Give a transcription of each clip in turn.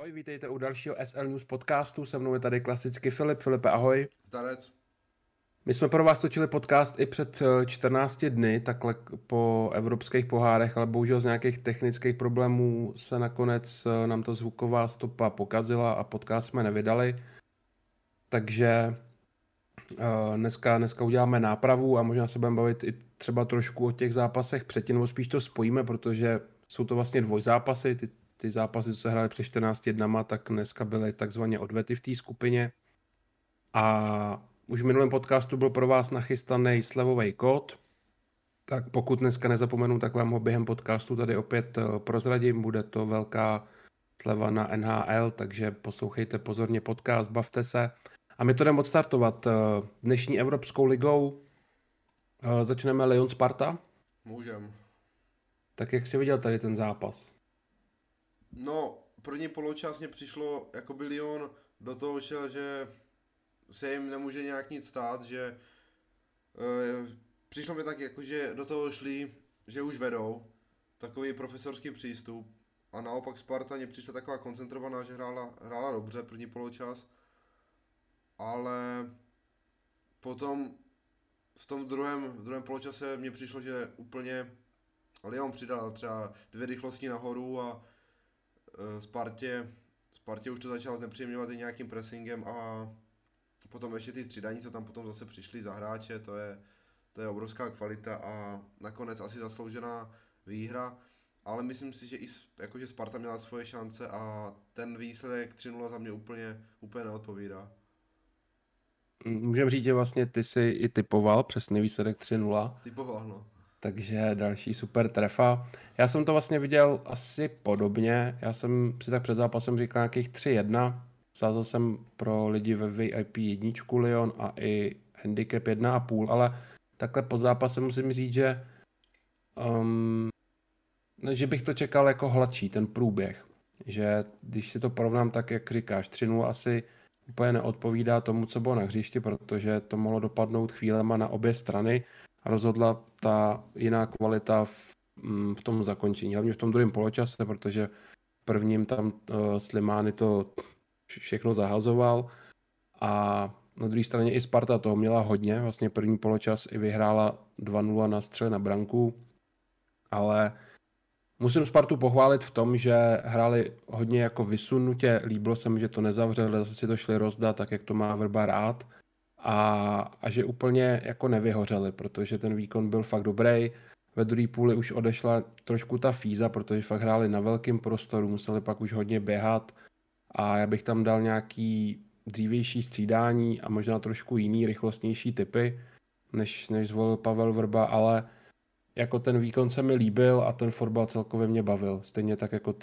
Ahoj, vítejte u dalšího SL News podcastu, se mnou je tady klasicky Filip. Filipe, ahoj. Zdarec. My jsme pro vás točili podcast i před 14 dny, takhle po evropských pohárech, ale bohužel z nějakých technických problémů se nakonec nám ta zvuková stopa pokazila a podcast jsme nevydali. Takže dneska uděláme nápravu a možná se budeme bavit i třeba trošku o těch zápasech předtím, nebo spíš to spojíme, protože jsou to vlastně dvojzápasy. Ty zápasy, co se hrály před 14 dnama, tak dneska byly takzvaně odvety v té skupině. A už v minulém podcastu byl pro vás nachystaný slevový kód, tak pokud dneska nezapomenu, tak vám ho během podcastu tady opět prozradím. Bude to velká sleva na NHL, takže poslouchejte pozorně podcast, bavte se. A my to jdeme odstartovat dnešní Evropskou ligou. Začneme Lyon Sparta. Můžem. Tak jak jsi viděl tady ten zápas? No, první poločas mě přišlo, jako by Lyon do toho šel, že se jim nemůže nějak nic stát, že přišlo mi tak, jako že do toho šli, že už vedou, takový profesorský přístup. A naopak Sparta mě přišla taková koncentrovaná, že hrála dobře první poločas, ale potom v tom druhém poločase mně přišlo, že úplně Lyon přidal třeba 2 rychlostní nahoru a Spartě už to začalo znepříjemňovat i nějakým pressingem a potom ještě ty střídání, co tam potom zase přišli za hráče, to je obrovská kvalita a nakonec asi zasloužená výhra, ale myslím si, že i jakože Sparta měla svoje šance a ten výsledek 3-0 za mě úplně neodpovídá. Můžeme říct, že vlastně ty jsi i typoval přesný výsledek 3-0. Typoval, no. Takže další super trefa. Já jsem to vlastně viděl asi podobně. Já jsem si tak před zápasem říkal nějakých 3-1. Sázel jsem pro lidi ve VIP 1 Lyon a i handicap 1,5, ale takhle po zápase musím říct, že bych to čekal jako hladší, ten průběh. Že když si to porovnám tak, jak říkáš, 3-0 asi úplně neodpovídá tomu, co bylo na hřišti, protože to mohlo dopadnout chvílema na obě strany a rozhodla ta jiná kvalita v tom zakončení. Hlavně v tom druhém poločase, protože v prvním tam Slimani to všechno zahazoval a na druhé straně i Sparta toho měla hodně. Vlastně první poločas i vyhrála 2-0 na střel na branku, ale musím Spartu pochválit v tom, že hráli hodně jako vysunutě, líbilo se mi, že to nezavřeli, zase si to šli rozdat, tak jak to má Vrba rád a že úplně jako nevyhořeli, protože ten výkon byl fakt dobrý. Ve druhé půli už odešla trošku ta fíza, protože fakt hráli na velkém prostoru, museli pak už hodně běhat a já bych tam dal nějaký dřívější střídání a možná trošku jiný, rychlostnější typy, než zvolil Pavel Vrba, ale jako ten výkon se mi líbil a ten fotbal celkově mě bavil. Stejně tak jako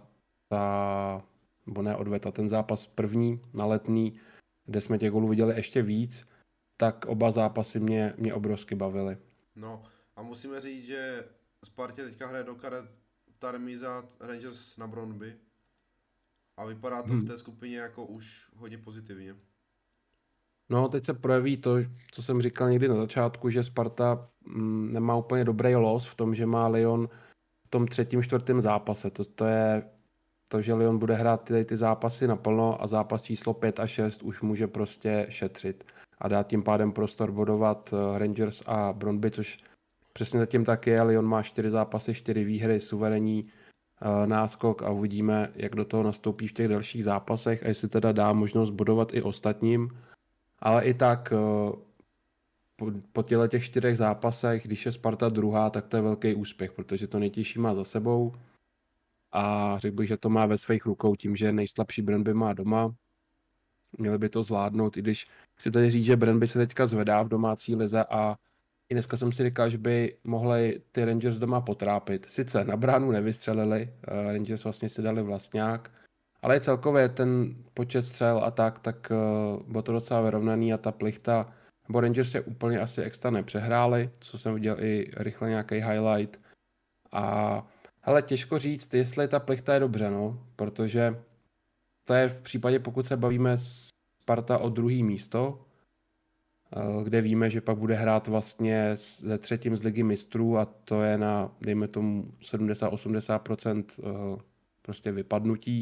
nebo ne odveta, ten zápas první na Letný, kde jsme těch gólů viděli ještě víc, tak oba zápasy mě obrovsky bavily. No a musíme říct, že Spartě teďka hraje do karet ta remíza Rangers na Brøndby a vypadá to v té skupině jako už hodně pozitivně. No, teď se projeví to, co jsem říkal někdy na začátku, že Sparta nemá úplně dobrý los v tom, že má Lyon v tom 3., 4. zápase. To je to, že Lyon bude hrát ty zápasy naplno a zápas číslo 5 a 6 už může prostě šetřit a dát tím pádem prostor bodovat Rangers a Brøndby, což přesně zatím tak je. Lyon má 4 zápasy, 4 výhry, suverénní náskok a uvidíme, jak do toho nastoupí v těch dalších zápasech a jestli teda dá možnost bodovat i ostatním. Ale i tak po těch 4 zápasech, když je Sparta druhá, tak to je velký úspěch, protože to nejtěžší má za sebou a řekl bych, že to má ve svých rukou tím, že nejslabší Brøndby má doma. Měli by to zvládnout, i když chci tady říct, že Brøndby se teďka zvedá v domácí lize a i dneska jsem si říkal, že by mohli ty Rangers doma potrápit. Sice na bránu nevystřelili, Rangers vlastně si dali vlastňák, ale celkově ten počet střel a tak bylo to docela vyrovnaný a ta plichta, nebo Rangers je úplně asi extra nepřehráli, co jsem viděl i rychle nějaký highlight. A hele, těžko říct, jestli ta plichta je dobře, no, protože to je v případě, pokud se bavíme Sparta o druhý místo, kde víme, že pak bude hrát vlastně se 3. z Ligy mistrů a to je na, dejme tomu, 70-80% prostě vypadnutí.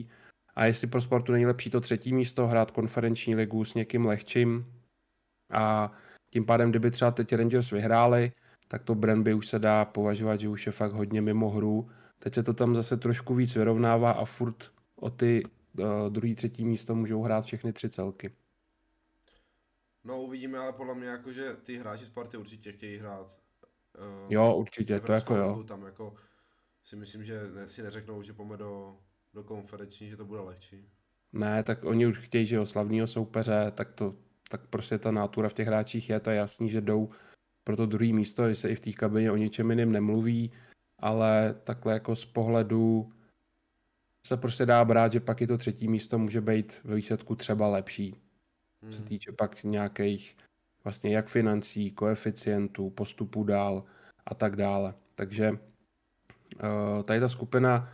A jestli pro Spartu není lepší to třetí místo, hrát konferenční ligu s někým lehčím a tím pádem, kdyby třeba teď Rangers vyhráli, tak to Brøndby už se dá považovat, že už je fakt hodně mimo hru. Teď se to tam zase trošku víc vyrovnává a furt o ty druhý, třetí místo můžou hrát všechny 3 celky. No uvidíme, ale podle mě jakože ty hráči Sparty určitě chtějí hrát Jo, určitě, to jako Evropskou jo. ligu, tam jako si myslím, že si neřeknou, že půjde do konferenční, že to bude lehčí. Ne, tak oni už chtějí, že jo, slavného soupeře, tak prostě ta nátura v těch hráčích je, to je jasný, že jdou pro to druhé místo, že se i v té kabině o ničem jiným nemluví, ale takhle jako z pohledu se prostě dá brát, že pak i to třetí místo může být ve výsledku třeba lepší. Co se týče pak nějakých vlastně jak financí, koeficientů, postupů dál a tak dále. Takže tady ta skupina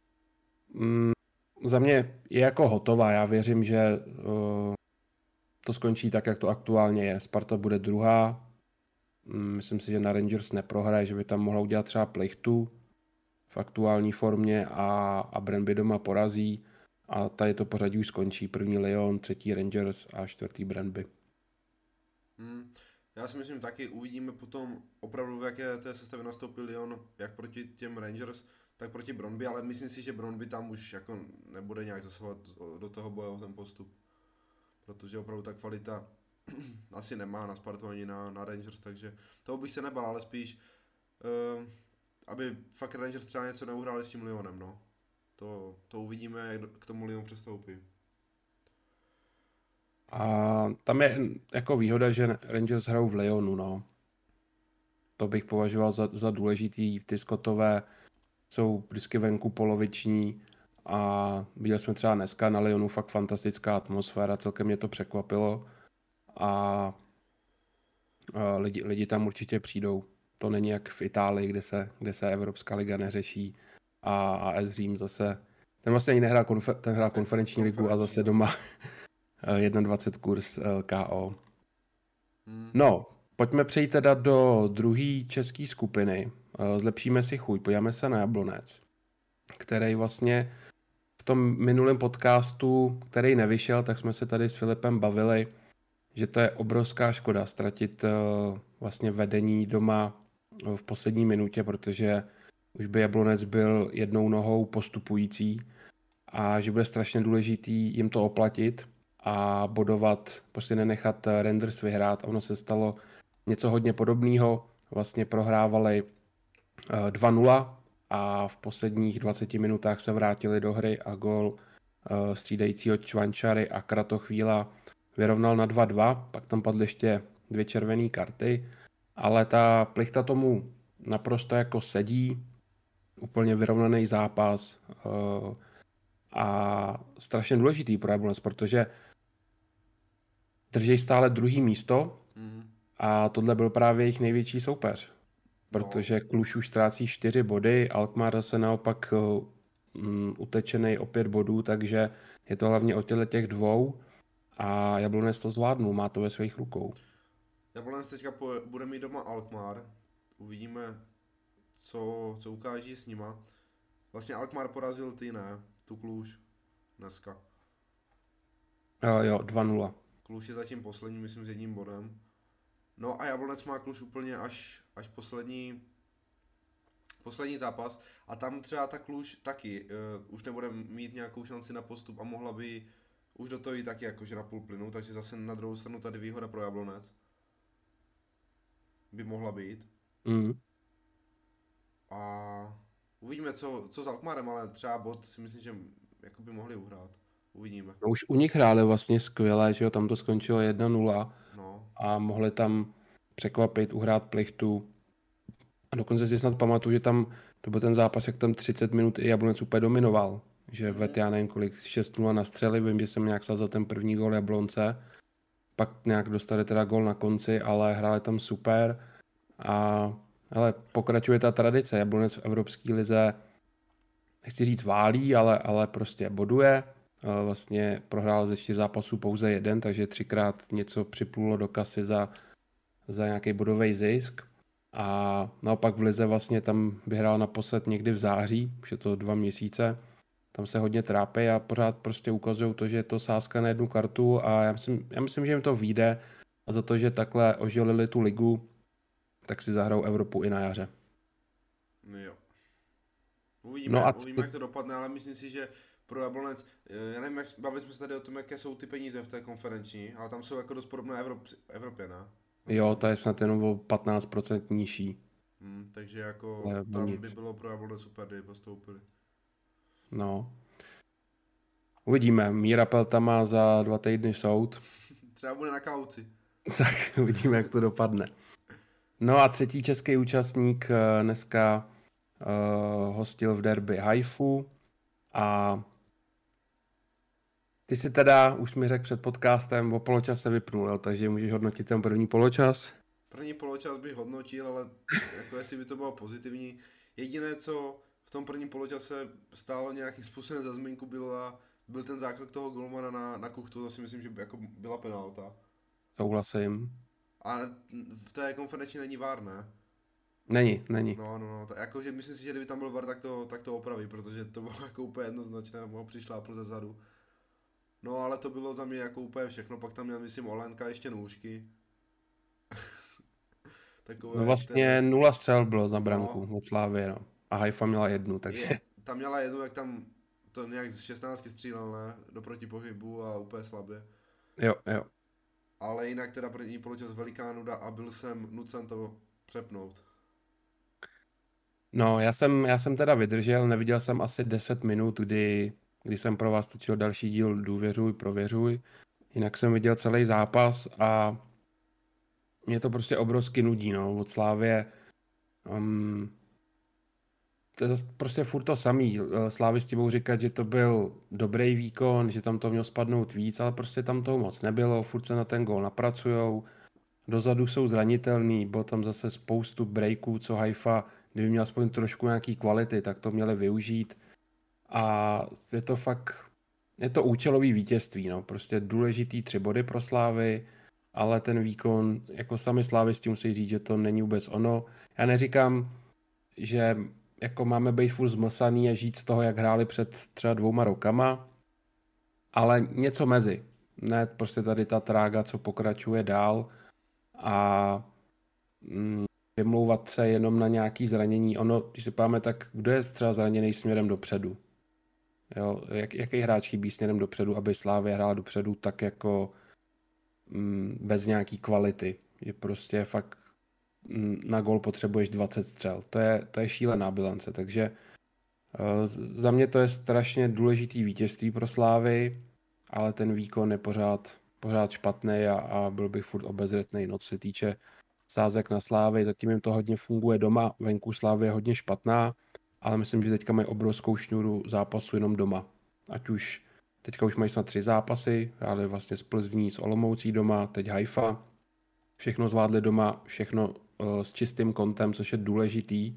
za mě je jako hotová. Já věřím, že to skončí tak, jak to aktuálně je. Sparta bude druhá. Myslím si, že na Rangers neprohraje, že by tam mohla udělat třeba plichtu v aktuální formě a Brøndby doma porazí. A tady to pořadí už skončí. První Lyon, třetí Rangers a čtvrtý Brøndby. Já si myslím taky, uvidíme potom opravdu, v jaké té sestavě nastoupil Lyon, jak proti těm Rangers, tak proti Brøndby, ale myslím si, že Brøndby tam už jako nebude nějak zasahovat do toho boje o ten postup. Protože opravdu ta kvalita asi nemá na Spartu ani na Rangers, takže toho bych se nebal, ale spíš, aby fakt Rangers třeba něco neuhráli s tím Lyonem, no. To uvidíme, jak k tomu Lyon přestoupí. A tam je jako výhoda, že Rangers hrajou v Lyonu, no. To bych považoval za důležitý. Ty Scottové jsou vždycky venku poloviční a viděli jsme třeba dneska na Lyonu fakt fantastická atmosféra, celkem mě to překvapilo a lidi tam určitě přijdou. To není jak v Itálii, kde se Evropská liga neřeší a AS Řím zase, ten vlastně ani nehrál ten hrál konferenční ligu a zase doma 21 kurz KO. No, pojďme přejít teda do druhé české skupiny. Zlepšíme si chuť, podíváme se na Jablonec, který vlastně v tom minulém podcastu, který nevyšel, tak jsme se tady s Filipem bavili, že to je obrovská škoda ztratit vlastně vedení doma v poslední minutě, protože už by Jablonec byl jednou nohou postupující a že bude strašně důležitý jim to oplatit a bodovat, prostě nenechat Rangers vyhrát. A ono se stalo něco hodně podobného. Vlastně prohrávali 2-0 a v posledních 20 minutách se vrátili do hry a gól střídajícího Čvančary a Kratochvíla vyrovnal na 2-2. Pak tam padly ještě 2 červené karty, ale ta plichta tomu naprosto jako sedí. Úplně vyrovnaný zápas a strašně důležitý pro Jablonec, protože drží stále druhý místo a tohle byl právě jejich největší soupeř. Protože Kluž už ztrácí 4 body, Alkmaar se naopak utečený o 5 bodů, takže je to hlavně o těch dvou a Jablonec to zvládnul, má to ve svých rukou. Jablonec teďka bude mít doma Alkmaar, uvidíme, co ukáží s nima. Vlastně Alkmaar porazil tu Kluž dneska. Jo, 2-0. Kluž je zatím poslední, myslím, s 1 bodem. No a Jablonec má Kluž úplně až poslední zápas a tam třeba ta Kluž taky už nebude mít nějakou šanci na postup a mohla by už do toho jít taky jakože na půl plynu, takže zase na druhou stranu tady výhoda pro Jablonec by mohla být. A uvidíme, co s Alkmaarem, ale třeba bod si myslím, že jako by mohli uhrát. Uvidíme. No, už u nich hráli vlastně skvěle, že jo, tam to skončilo 1-0 a mohli tam překvapit, uhrát plichtu. A dokonce si snad pamatuju, že tam to byl ten zápas, jak tam 30 minut i Jablonec úplně dominoval. Že ved, já nevím kolik, 6-0 na střely, vím, že jsem nějak sázal ten první gól Jablonce. Pak nějak dostali teda gól na konci, ale hráli tam super. Ale pokračuje ta tradice. Jablonec v Evropské lize, nechci říct válí, ale prostě boduje. Vlastně prohrál ze 4 zápasů pouze 1, takže 3krát něco připlulo do kasy za nějaký bodový zisk. A naopak v lize vlastně tam vyhrál naposled někdy v září, už je to 2 měsíce. tam se hodně trápí a pořád prostě ukazují to, že je to sázka na jednu kartu a já myslím, že jim to vyjde a za to, že takhle ožilili tu ligu, tak si zahrajou Evropu i na jaře. Jo. No a Uvidíme, jak to dopadne, ale myslím si, že pro Jablonec, já nevím, bavili jsme se tady o tom, jaké jsou ty peníze v té konferenční, ale tam jsou jako dost podobné Evropě, ne? jo, to je snad jenom o 15% nižší. Takže jako Ale tam nic. by bylo pro Jablonec super, kdyby postoupili. No. Uvidíme. Míra Pelta má za 2 týdny soud. Třeba bude na kauci. Tak uvidíme, jak to dopadne. No a třetí český účastník dneska hostil v derby Haifu a ty si teda, už mi řekl před podcastem, o poločase vypnul, jo, takže můžeš hodnotit ten první poločas. První poločas bych hodnotil, ale jako jestli by to bylo pozitivní. Jediné, co v tom prvním poločase stálo nějakým způsobem za zmínku, byl ten zákrok toho golmana na Kuchtu, to si myslím, že jako byla penalta. Souhlasím. Ale v té konferenci není VAR, ne? Není. No, jakože myslím si, že kdyby tam byl VAR, tak to opraví, protože to bylo jako úplně jednoznačné, ho přišlápl ze zadu. No ale to bylo za mě jako úplně všechno, pak tam měl, myslím, Olenka ještě nůžky. Takové, No vlastně 0 střel bylo za branku od Slávy, no. A Haifa měla 1, takže... Tam měla 1, jak tam to nějak z 16 střílel, ne? Do protipohybu a úplně slabě. Jo. Ale jinak teda první poločas veliká nuda a byl jsem nucen to přepnout. No, já jsem teda vydržel, neviděl jsem asi 10 minut, kdy jsem pro vás točil další díl Důvěřuj, prověřuj. Jinak jsem viděl celý zápas a mě to prostě obrovsky nudí, no, od Slávě. To je zase prostě furt to samý. Slávisti budou říkat, že to byl dobrý výkon, že tam to mělo spadnout víc, ale prostě tam toho moc nebylo, furt se na ten gól napracujou. Dozadu jsou zranitelný, bylo tam zase spoustu breaků, co Haifa, kdyby měl aspoň trošku nějaký kvality, tak to měli využít. A je to fakt, je to účelový vítězství, no. Prostě důležitý 3 body pro Slávy, ale ten výkon, jako sami slávisti musí říct, že to není vůbec ono. Já neříkám, že jako máme být furt zmlsaný a žít z toho, jak hráli před třeba 2 rokama, ale něco mezi. Ne prostě tady ta trága, co pokračuje dál a vymlouvat se jenom na nějaký zranění. Ono, když si páme, tak kdo je třeba zraněný směrem dopředu? Jo, jaký hráč chybí směrem dopředu, aby Slavia hrála dopředu tak jako bez nějaký kvality. Je prostě fakt na gól potřebuješ 20 střel. To je šílená bilance, takže za mě to je strašně důležitý vítězství pro Slávy, ale ten výkon je pořád špatný a byl bych furt obezřetný, no co se týče sázek na Slávy. Zatím jim to hodně funguje doma, venku Slávy je hodně špatná, ale myslím, že teďka mají obrovskou šňůru zápasů jenom doma. Ať už teďka už mají snad 3 zápasy, hráli vlastně z Plzní, z Olomoucí doma, teď Haifa. Všechno zvládli doma, všechno s čistým kontem, což je důležitý.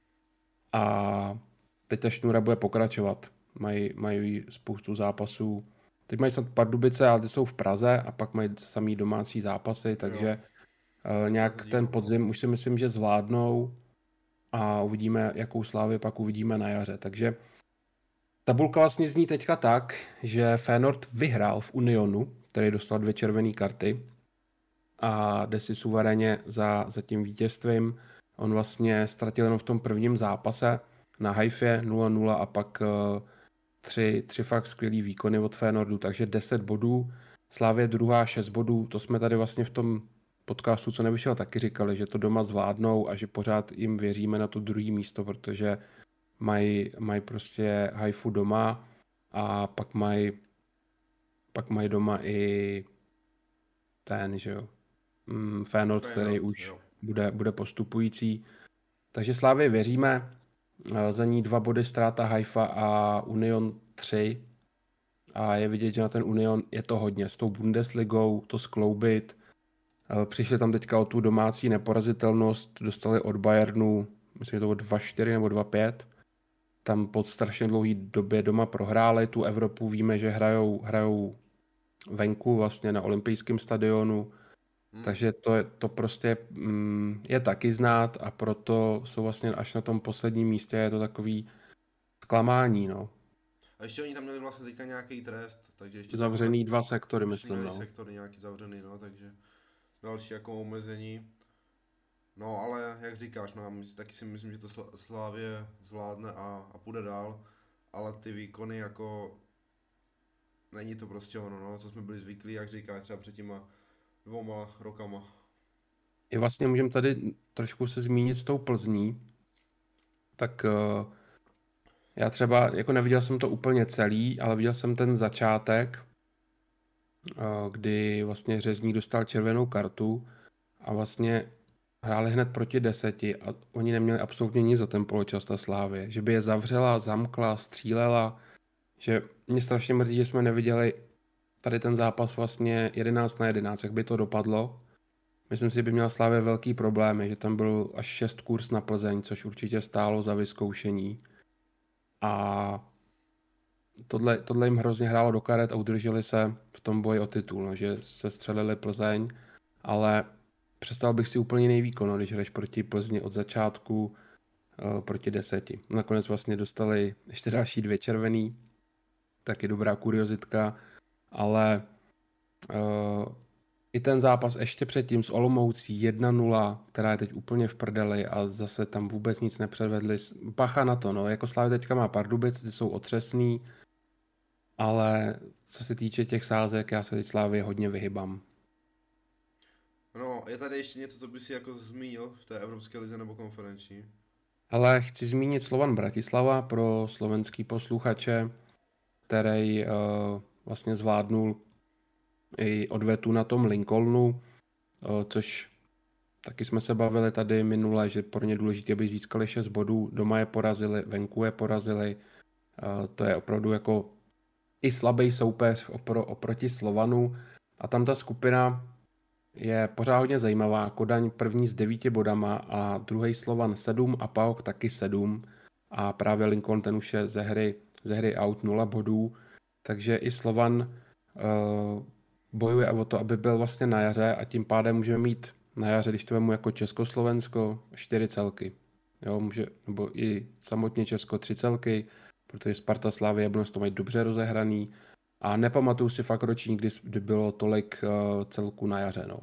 A teď ta šňůra bude pokračovat. Mají spoustu zápasů. Teď mají snad Pardubice, ale ty jsou v Praze a pak mají samý domácí zápasy, takže nějak ten podzim už si myslím, že zvládnou a uvidíme, jakou Slávy pak uvidíme na jaře. Takže tabulka vlastně zní teďka tak, že Feyenoord vyhrál v Unionu, který dostal 2 červené karty a jde si suverénně za tím vítězstvím. On vlastně ztratil jenom v tom prvním zápase na Haifě 0-0 a pak 3 fakt skvělý výkony od Feyenoordu, takže 10 bodů. Slavie druhá 6 bodů, to jsme tady vlastně v tom podcastu, co nevyšel, taky říkali, že to doma zvládnou a že pořád jim věříme na to druhé místo, protože mají prostě Haifu doma a pak mají doma i ten, že jo, Feyenoord, který už bude postupující. Takže Slávě věříme, za ní 2 body ztráta Haifa a Union 3 a je vidět, že na ten Union je to hodně. S tou Bundesligou to skloubit. Přišli tam teďka o tu domácí neporazitelnost, dostali od Bayernu, myslím, že to bylo 2-4 nebo 2-5. Tam po strašně dlouhé době doma prohráli tu Evropu. Víme, že hrajou venku vlastně na olympijském stadionu. Takže to prostě je taky znát a proto jsou vlastně až na tom posledním místě, je to takový zklamání, no. A ještě oni tam měli vlastně teďka nějaký trest, takže ještě tam Zavřený 2 sektory, ještě myslím, měli no. sektory nějaký zavřený, no, takže další jako omezení. No ale jak říkáš, no, taky si myslím, že to Slávě zvládne a půjde dál, ale ty výkony jako není to prostě ono, no, co jsme byli zvyklí, jak říkáš, třeba před těma 2 rokama. I vlastně můžeme tady trošku se zmínit s tou Plzní, tak já třeba, jako neviděl jsem to úplně celý, ale viděl jsem ten začátek, kdy vlastně Řezník dostal červenou kartu a vlastně hráli hned proti 10 a oni neměli absolutně nic za ten poločas, ta Slávě. Že by je zavřela, zamkla, střílela, že mě strašně mrzí, že jsme neviděli tady ten zápas vlastně 11-11, jak by to dopadlo. Myslím si, že by měla Slávě velký problémy, že tam byl až 6 kurz na Plzeň, což určitě stálo za vyzkoušení. A tohle jim hrozně hrálo do karet a udrželi se v tom boji o titul, no, že se střelili Plzeň, ale přestal bych si úplně jiný výkon, no, když hraješ proti Plzni od začátku proti 10. Nakonec vlastně dostali ještě další 2 červený, taky dobrá kuriozitka, ale i ten zápas ještě předtím s Olomoucí 1-0, která je teď úplně v prdeli a zase tam vůbec nic nepředvedli. Bacha na to, no, jako Slavia teďka má Pardubic, ty jsou otřesný, ale co se týče těch sázek, já se teď Slávě hodně vyhybám. No, je tady ještě něco, co by si jako zmínil v té Evropské lize nebo konferenční? Ale chci zmínit Slovan Bratislava pro slovenský posluchače, který vlastně zvládnul i odvetu na tom Lincolnu, což taky jsme se bavili tady minule, že pro ně důležité, aby získali 6 bodů, doma je porazili, venku je porazili, to je opravdu jako i slabý soupeř oproti Slovanu a tam ta skupina je pořád hodně zajímavá. Kodaň první s 9 bodama a druhý Slovan 7 a PAOK taky 7 a právě Lincoln ten už je ze hry out 0 bodů, takže i Slovan bojuje o to, aby byl vlastně na jaře a tím pádem můžeme mít na jaře, když to vemu jako Československo, 4 celky. Jo, nebo i samotně Česko 3 celky, protože Sparta, Slavia, Jablonec to mají dobře rozehraný a nepamatuju si fakt ročník, kdy bylo tolik celků na jaře. No.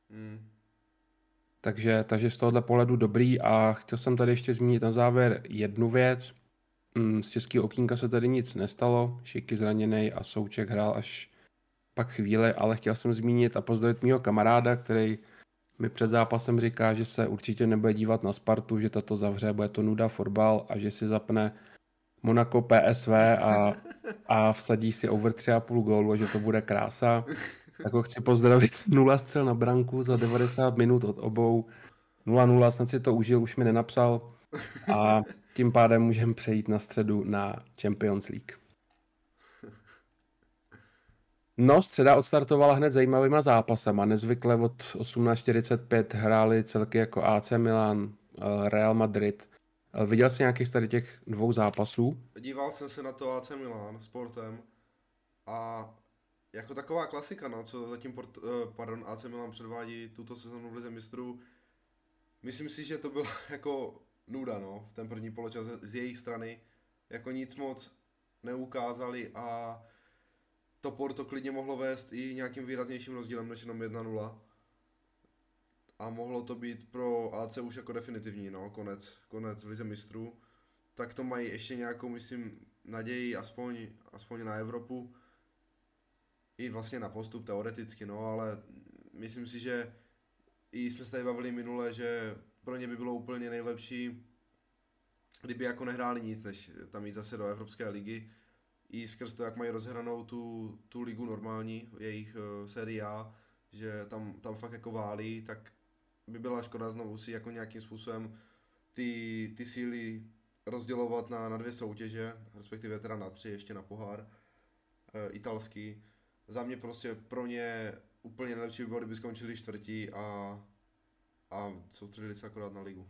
Takže z tohohle pohledu dobrý a chtěl jsem tady ještě zmínit na závěr jednu věc. Z českého okýnka se tady nic nestalo, Šiky zraněný a Souček hrál až pak chvíli, ale chtěl jsem zmínit a pozdravit mýho kamaráda, který mi před zápasem říká, že se určitě nebude dívat na Spartu, že tato zavře, bude to nuda fotbal a že si zapne Monaco PSV a vsadí si over 3,5 gólu a že to bude krása. Tak ho chci pozdravit, 0 střel na branku za 90 minut od obou. 0-0, snad si to užil, už mi nenapsal a tím pádem můžeme přejít na středu na Champions League. No, středa odstartovala hned zajímavýma zápasama. Nezvykle od 18:45 hráli celky jako AC Milan, Real Madrid. Viděl jsi nějakých tady těch 2 zápasů? Díval jsem se na to AC Milan sportem a jako taková klasika, no, co zatím AC Milan předvádí tuto sezonu v Lize mistrů. Myslím si, že to byla jako nuda, no, v ten první poločas z jejich strany. Jako nic moc neukázali a to Porto klidně mohlo vést i nějakým výraznějším rozdílem než jenom 1-0. A mohlo to být pro AC už jako definitivní, no, konec v Lize mistrů. Tak to mají ještě nějakou, myslím, naději aspoň na Evropu. I vlastně na postup teoreticky, no, ale myslím si, že i jsme se tady bavili minule, že pro ně by bylo úplně nejlepší, kdyby jako nehráli nic, než tam jít zase do Evropské ligy. I skrz to, jak mají rozhranou tu ligu normální, jejich série A, že tam fakt jako válí, tak by byla škoda znovu si jako nějakým způsobem ty síly rozdělovat na 2 soutěže, respektive teda na 3, ještě na pohár italský. Za mě prostě pro ně úplně nejlepší by bylo, kdyby skončili 4. a soustředili se akorát na ligu.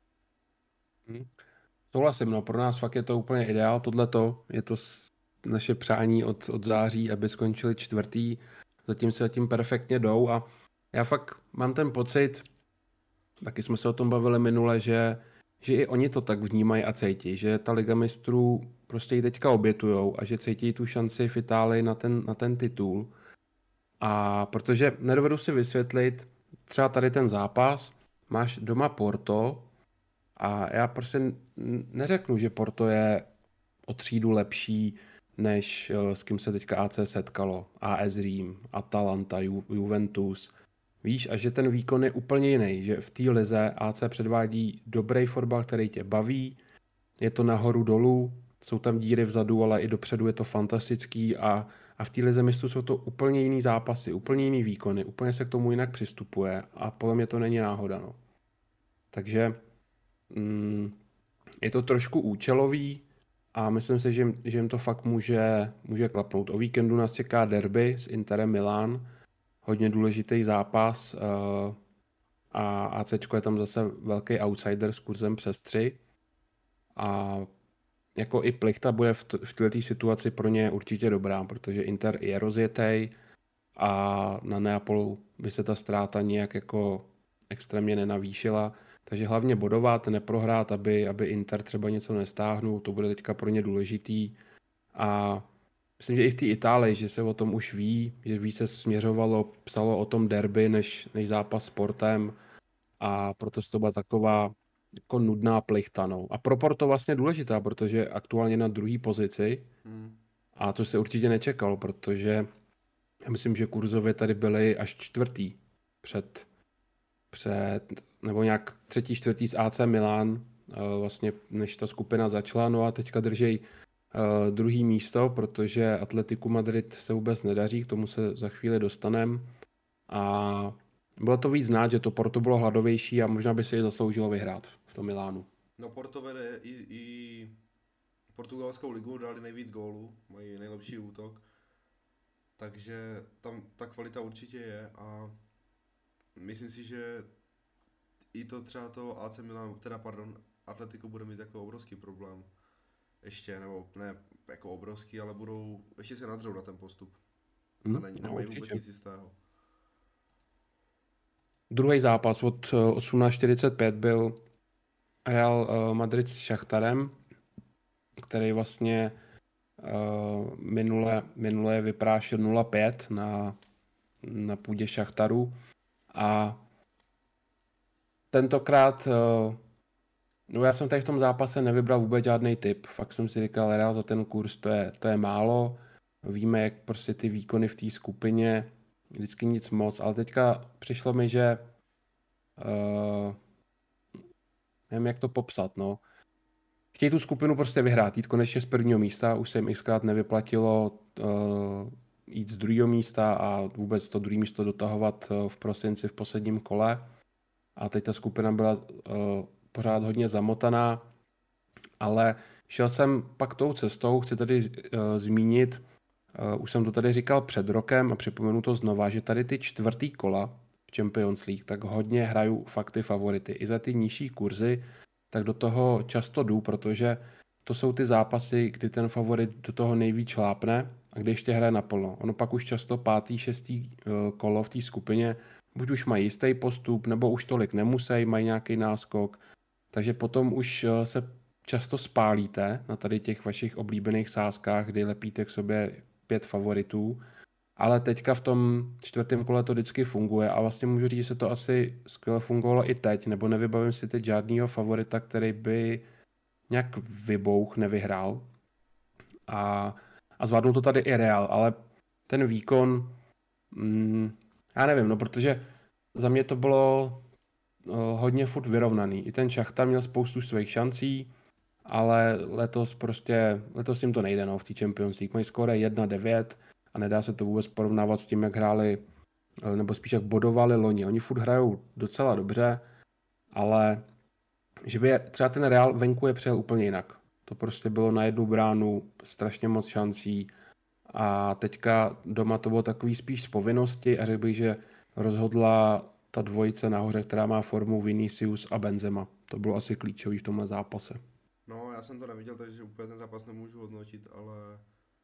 Souhlasím, no, pro nás fakt je to úplně ideál, tohleto, je to naše přání od září, aby skončili 4. Zatím se tím perfektně jdou a já fakt mám ten pocit, taky jsme se o tom bavili minule, že že i oni to tak vnímají a cítí, že ta Liga mistrů prostě ji teďka obětujou a že cítí tu šanci v Itálii na ten titul. A protože nedovedu si vysvětlit, třeba tady ten zápas, máš doma Porto a já prostě neřeknu, že Porto je o třídu lepší, než s kým se teďka AC setkalo. AS Řím, Atalanta, Juventus. Víš, a že ten výkon je úplně jiný, že v té lize AC předvádí dobrý fotbal, který tě baví, je to nahoru dolů, jsou tam díry vzadu, ale i dopředu je to fantastický a v té lize mistrů jsou to úplně jiný zápasy, úplně jiný výkony, úplně se k tomu jinak přistupuje a podle mě to není náhoda. No. Takže je to trošku účelový a myslím si, že jim to fakt může klapnout. O víkendu nás čeká derby s Interem Milán, hodně důležitý zápas a ACčko je tam zase velký outsider s kurzem přes 3 a jako i plichta bude v této situaci pro ně určitě dobrá, protože Inter je rozjetý a na Neapol by se ta ztráta nějak jako extrémně nenavýšila. Takže hlavně bodovat, neprohrát, aby Inter třeba něco nestáhnul, to bude teďka pro ně důležitý. A myslím, že i v té Itálii, že se o tom už ví, že víc se směřovalo, psalo o tom derby, než zápas s Portem a proto to byla taková jako nudná plichta. No. A pro Porto vlastně důležitá, protože je aktuálně na druhé pozici a to se určitě nečekalo, protože já myslím, že kurzově tady byli až čtvrtý před nebo nějak třetí, čtvrtý z AC Milan, vlastně než ta skupina začala, no a teďka držej druhý místo, protože Atletiku Madrid se vůbec nedaří, k tomu se za chvíli dostanem a bylo to víc znát, že to Porto bylo hladovější a možná by si je zasloužilo vyhrát v tom Milánu. No Porto vede i portugalskou ligu, dali nejvíc gólů, mají nejlepší útok, takže tam ta kvalita určitě je a myslím si, že i to třeba to AC Milan, Atletico bude mít jako obrovský problém. Ještě, nebo ne jako obrovský, ale ještě se nadřou na ten postup. A nemají vůbec nic jistého. Druhý zápas od 18:45 byl Real Madrid s Šachtarem, který vlastně minule vyprášil 0-5 na půdě Šachtaru a tentokrát no já jsem tady v tom zápase nevybral vůbec žádný tip. Fakt jsem si říkal, Real za ten kurz to je málo. Víme, jak prostě ty výkony v té skupině, vždycky nic moc, ale teďka přišlo mi, že nevím, jak to popsat, no. Chtějí tu skupinu prostě vyhrát, jít konečně z prvního místa, už se jim xkrát nevyplatilo jít z druhého místa a vůbec to druhé místo dotahovat v prosinci v posledním kole. A teď ta skupina byla pořád hodně zamotaná, ale šel jsem pak tou cestou, chci tady zmínit, už jsem to tady říkal před rokem a připomenu to znova, že tady ty čtvrtý kola v Champions League tak hodně hrajou fakt ty favority. I za ty nižší kurzy, tak do toho často jdu, protože to jsou ty zápasy, kdy ten favorit do toho nejvíc šlápne a kdy ještě hraje naplno. Ono pak už často pátý, šestý kolo v té skupině buď už mají jistý postup, nebo už tolik nemusí, mají nějaký náskok. Takže potom už se často spálíte na tady těch vašich oblíbených sázkách, kdy lepíte k sobě 5 favoritů. Ale teďka v tom čtvrtém kole to vždycky funguje a vlastně můžu říct, že se to asi skvěle fungovalo i teď, nebo nevybavím si teď žádného favorita, který by nějak vybouch, nevyhrál. A zvládnul to tady i Real, ale ten výkon, já nevím, no protože za mě to bylo hodně furt vyrovnaný. I ten Šachtar měl spoustu svých šancí, ale letos jim to nejde no, v té Champions League. Mají skóre 1-9 a nedá se to vůbec porovnávat s tím, jak hráli, nebo spíš jak bodovali loni. Oni furt hrajou docela dobře, ale že by třeba ten Real venku je přijel úplně jinak. To prostě bylo na jednu bránu, strašně moc šancí a teďka doma to bylo takový spíš z povinnosti a řekl bych, že rozhodla ta dvojice nahoře, která má formu Vinicius a Benzema. To bylo asi klíčový v tomhle zápase. No, já jsem to neviděl, takže úplně ten zápas nemůžu hodnotit, ale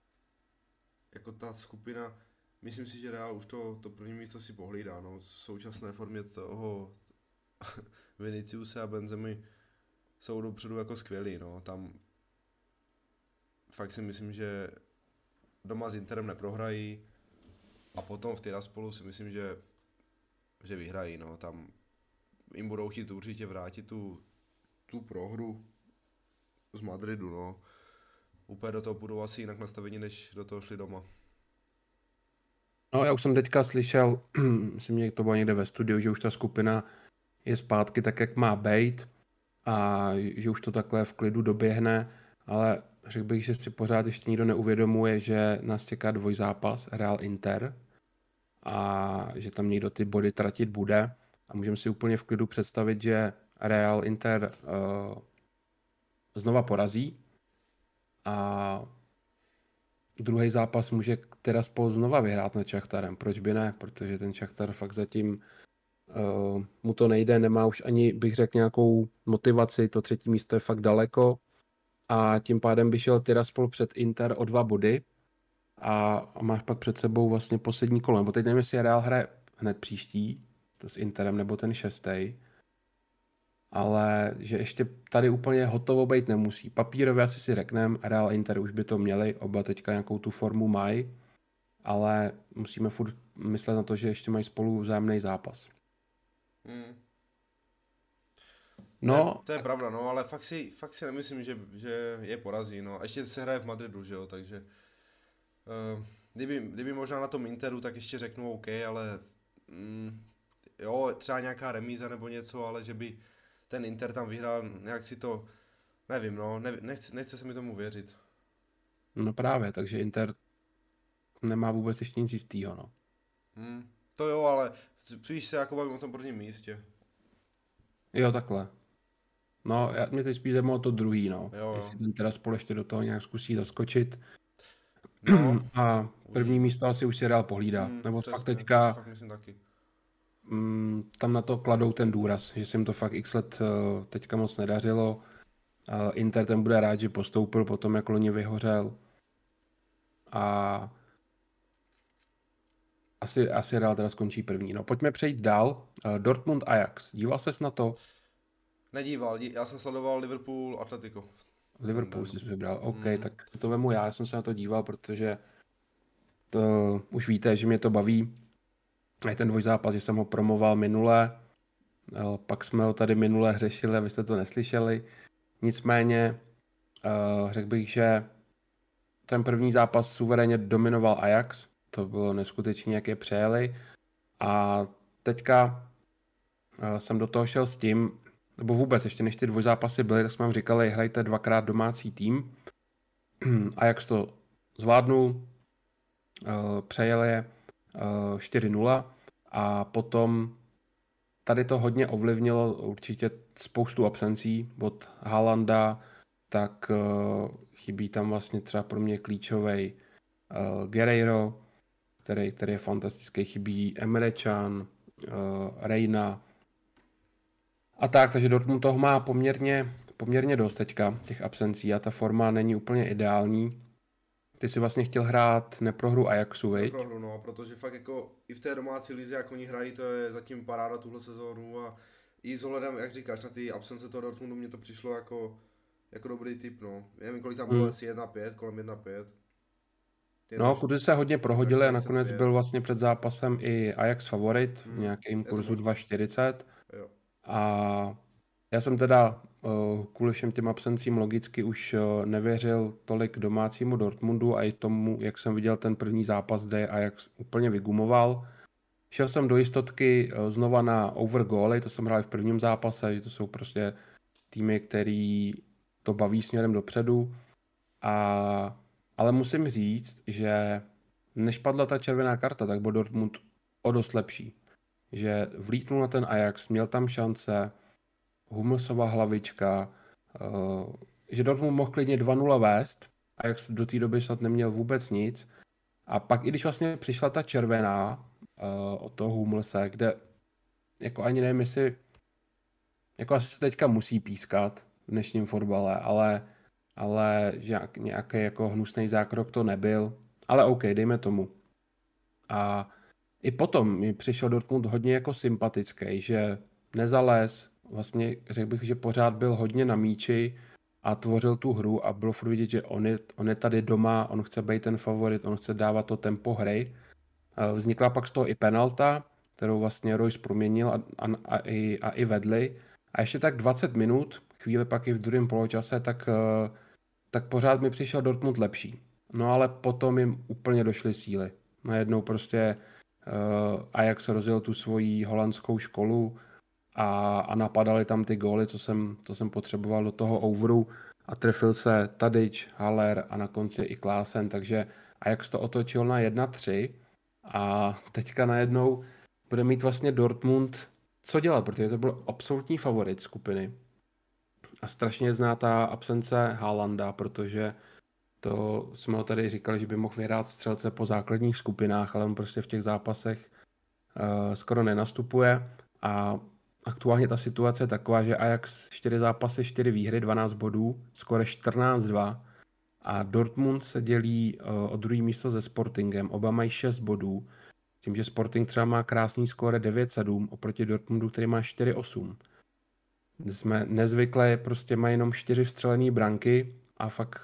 jako ta skupina, myslím si, že Real už to první místo si pohlídá, no, v současné formě toho Viniciuse a Benzemy jsou dopředu jako skvělí, no. Tam fakt si myslím, že doma s Interem neprohrají a potom v Tiraspolu si myslím, že vyhrají, no. Tam jim budou chtít určitě vrátit tu prohru z Madridu, no. Úplně do toho budou asi jinak nastavení, než do toho šli doma. No, já už jsem teďka slyšel, myslím, že to bylo někde ve studiu, že už ta skupina je zpátky tak, jak má být a že už to takhle v klidu doběhne, ale řekl bych, že si pořád ještě nikdo neuvědomuje, že nás čeká dvojzápas Real Inter a že tam někdo ty body tratit bude a můžeme si úplně v klidu představit, že Real Inter znova porazí a druhý zápas může Tiraspol znova vyhrát nad Šachtarem. Proč by ne? Protože ten Šachtar fakt zatím mu to nejde, nemá už ani, bych řekl, nějakou motivaci, to třetí místo je fakt daleko a tím pádem by šel Tiraspol před Inter o 2 body a máš pak před sebou vlastně poslední kolo, nebo teď nevím, jestli Real hraje hned příští, to s Interem, nebo ten 6. Ale že ještě tady úplně hotovo být nemusí. Papírově asi si řekneme, Real Inter už by to měli, oba teďka nějakou tu formu mají, ale musíme furt myslet na to, že ještě mají spolu vzájemný zápas. No, To je pravda, no, ale fakt si nemyslím, že je porazí, no. A ještě se hraje v Madridu, že jo, takže kdyby možná na tom Interu, tak ještě řeknu OK, ale jo, třeba nějaká remíza nebo něco, ale že by ten Inter tam vyhrál, nějak si to, nevím, no, nechce se mi tomu věřit. no právě, takže Inter nemá vůbec ještě nic jistýho, no. To jo, ale spíš se jako bavím o tom prvním místě. Jo, takhle. No, mě teď spíš zajímalo to druhý, no. Jo. Jestli ten Tiraspol ještě do toho nějak zkusí zaskočit. No, A první místo asi už si Real pohlídá. Nebo přesně, fakt teďka fakt myslím taky. tam na to kladou ten důraz, že se jim to fakt x let teďka moc nedařilo. Inter ten bude rád, že postoupil potom, jak loni vyhořel. A asi Real teda skončí první. No, pojďme přejít dál. Dortmund Ajax. Díval ses na to? Nedíval, já jsem sledoval Liverpool Atletico. Liverpool jsi vybral. OK, tak to vemu já jsem se na to díval, protože to už víte, že mě to baví. A ten dvojzápas, že jsem ho promoval minule, pak jsme ho tady minule hřešili a vy jste to neslyšeli. Nicméně řekl bych, že ten první zápas suverénně dominoval Ajax. To bylo neskutečné, jak je přejeli. A teďka jsem do toho šel s tím, nebo vůbec ještě než ty dvojzápasy byly, tak jsme vám říkali, hrajte 2x domácí tým. Ajax to zvládnul, přejeli je 4-0 a potom tady to hodně ovlivnilo určitě spoustu absencí od Haalanda, tak chybí tam vlastně třeba pro mě klíčový Guerreiro, který je fantastický, chybí Emre Can, Reina a tak, takže Dortmund toho má poměrně dost teďka, těch absencí a ta forma není úplně ideální. Ty jsi vlastně chtěl hrát neprohru Ajaxu, viď? Neprohru, no, protože fakt jako i v té domácí lize, jak oni hrají, to je zatím paráda tuhle sezónu a i s ohledem, jak říkáš, na ty absence toho Dortmundu, mně to přišlo jako dobrý tip, no. Nevím, kolik tam bylo, asi 1-5, kolem 1-5. No, kurzy se hodně prohodili a nakonec 45. byl vlastně před zápasem i Ajax favorit v nějakém kurzu 2,40. Jo. A já jsem teda kvůli všem těm absencím logicky už nevěřil tolik domácímu Dortmundu a i tomu, jak jsem viděl ten první zápas, kde Ajax úplně vygumoval. Šel jsem do jistotky znova na over goaly, to jsem hrál v prvním zápase, že to jsou prostě týmy, který to baví směrem dopředu. Ale musím říct, že než padla ta červená karta, tak byl Dortmund o dost lepší. Že vlítnul na ten Ajax, měl tam šance, Hummelsova hlavička, že Dortmund mohl klidně 2-0 vést, Ajax do té doby snad neměl vůbec nic. A pak i když vlastně přišla ta červená od toho Hummelse, kde jako ani nevím, jestli jako asi se teďka musí pískat v dnešním fotbale, ale že nějaký jako hnusný zákrok to nebyl. Ale OK, dejme tomu. A i potom mi přišel Dortmund hodně jako sympatický, že nezalez, vlastně řekl bych, že pořád byl hodně na míči a tvořil tu hru a bylo furt vidět, že on je tady doma, on chce být ten favorit, on chce dávat to tempo hry. Vznikla pak z toho i penalta, kterou vlastně Royce proměnil a i vedli. A ještě tak 20 minut, chvíli pak i v druhém poločase, tak pořád mi přišel Dortmund lepší. No ale potom jim úplně došly síly. Najednou prostě Ajax rozjel tu svoji holandskou školu a napadali tam ty góly, co jsem potřeboval do toho overu a trefil se Tadić, Haller a na konci i Klaassen, takže Ajax to otočil na 1-3 a teďka najednou bude mít vlastně Dortmund co dělat, protože to byl absolutní favorit skupiny. A strašně zná ta absence Haalanda, protože to jsme ho tady říkali, že by mohl vyhrát střelce po základních skupinách, ale on prostě v těch zápasech skoro nenastupuje a aktuálně ta situace je taková, že Ajax 4 zápasy, 4 výhry, 12 bodů, skoro 14-2 a Dortmund se dělí o druhé místo se Sportingem, oba mají 6 bodů, tím, že Sporting třeba má krásný skóre 9-7 oproti Dortmundu, který má 4-8. Jsme nezvyklé, prostě mají jenom 4 vstřelené branky a fakt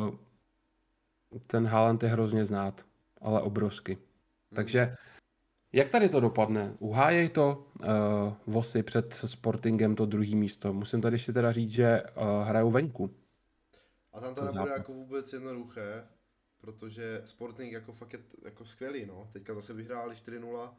ten Haaland je hrozně znát, ale obrovsky. Takže jak tady to dopadne? Uhájej to Vosy před Sportingem to druhý místo. Musím tady ještě teda říct, že hrajou venku. A tam to Ten nebude zápas. jako vůbec jednoduché, protože Sporting jako fakt je jako skvělý, no. Teďka zase vyhráli 4-0.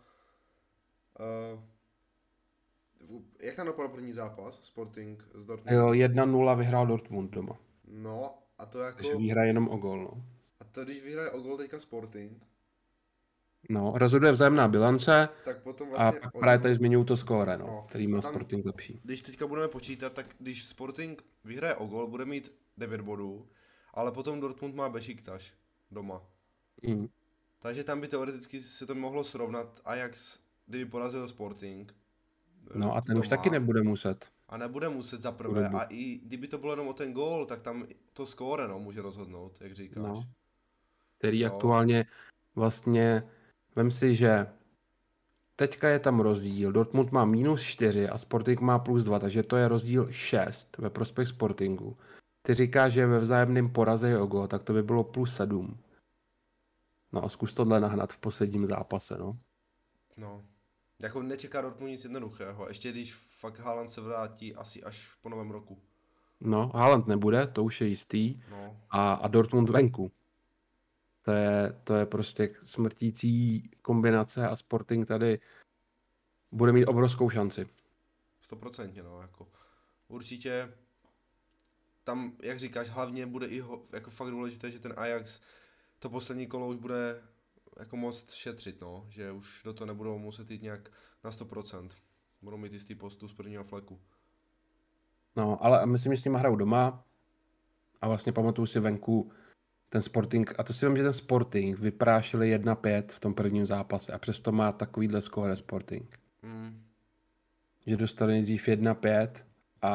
Jak tam dopadl první zápas, Sporting s Jo, Dortmundem? 1-0 vyhrál Dortmund doma. No, a to Takže jako, výhra jenom o gol. No, a to když vyhraje o gol teďka Sporting, no rozhoduje vzájemná bilance tak potom a vlastně pak právě tady odjedou, zmiňují to skóre, no, no. který A má tam, Sporting lepší. když teďka budeme počítat, tak když Sporting vyhraje o gol, bude mít 9 bodů, ale potom Dortmund má Beşiktaş doma. Mm. Takže tam by teoreticky se to mohlo srovnat Ajax, kdyby porazil Sporting No a ten už taky doma nebude muset a nebude muset za tu prvé dobu. a i kdyby to bylo jenom o ten gól, tak tam to skóre no, může rozhodnout, jak říkáš. No, který Jo, aktuálně vlastně, vem si, že teďka je tam rozdíl. Dortmund má -4 a Sporting má +2, takže to je rozdíl 6 ve prospěch Sportingu. Ty říkáš, že ve vzájemném poraze je o gól, tak to by bylo +7. No a zkus tohle nahnat v posledním zápase, no. no. Jako nečeká Dortmund nic jednoduchého, ještě když fakt Haaland se vrátí asi až po novém roku. No, Haaland nebude, to už je jistý. No, A Dortmund venku. To je prostě smrtící kombinace a Sporting tady bude mít obrovskou šanci. 100% no, jako určitě tam, jak říkáš, hlavně bude i jako fakt důležité, že ten Ajax to poslední kolo už bude jako moc šetřit, no, že už do toho nebudou muset jít nějak na 100%. Budou mít jistý postup z prvního fleku. No, ale myslím, že s nimi hrajou doma a vlastně pamatuju si venku ten Sporting, a to si vím, že ten Sporting vyprášili 1-5 v tom prvním zápase a přesto má takovýhle skóre Sporting. Že dostali nejdřív 1-5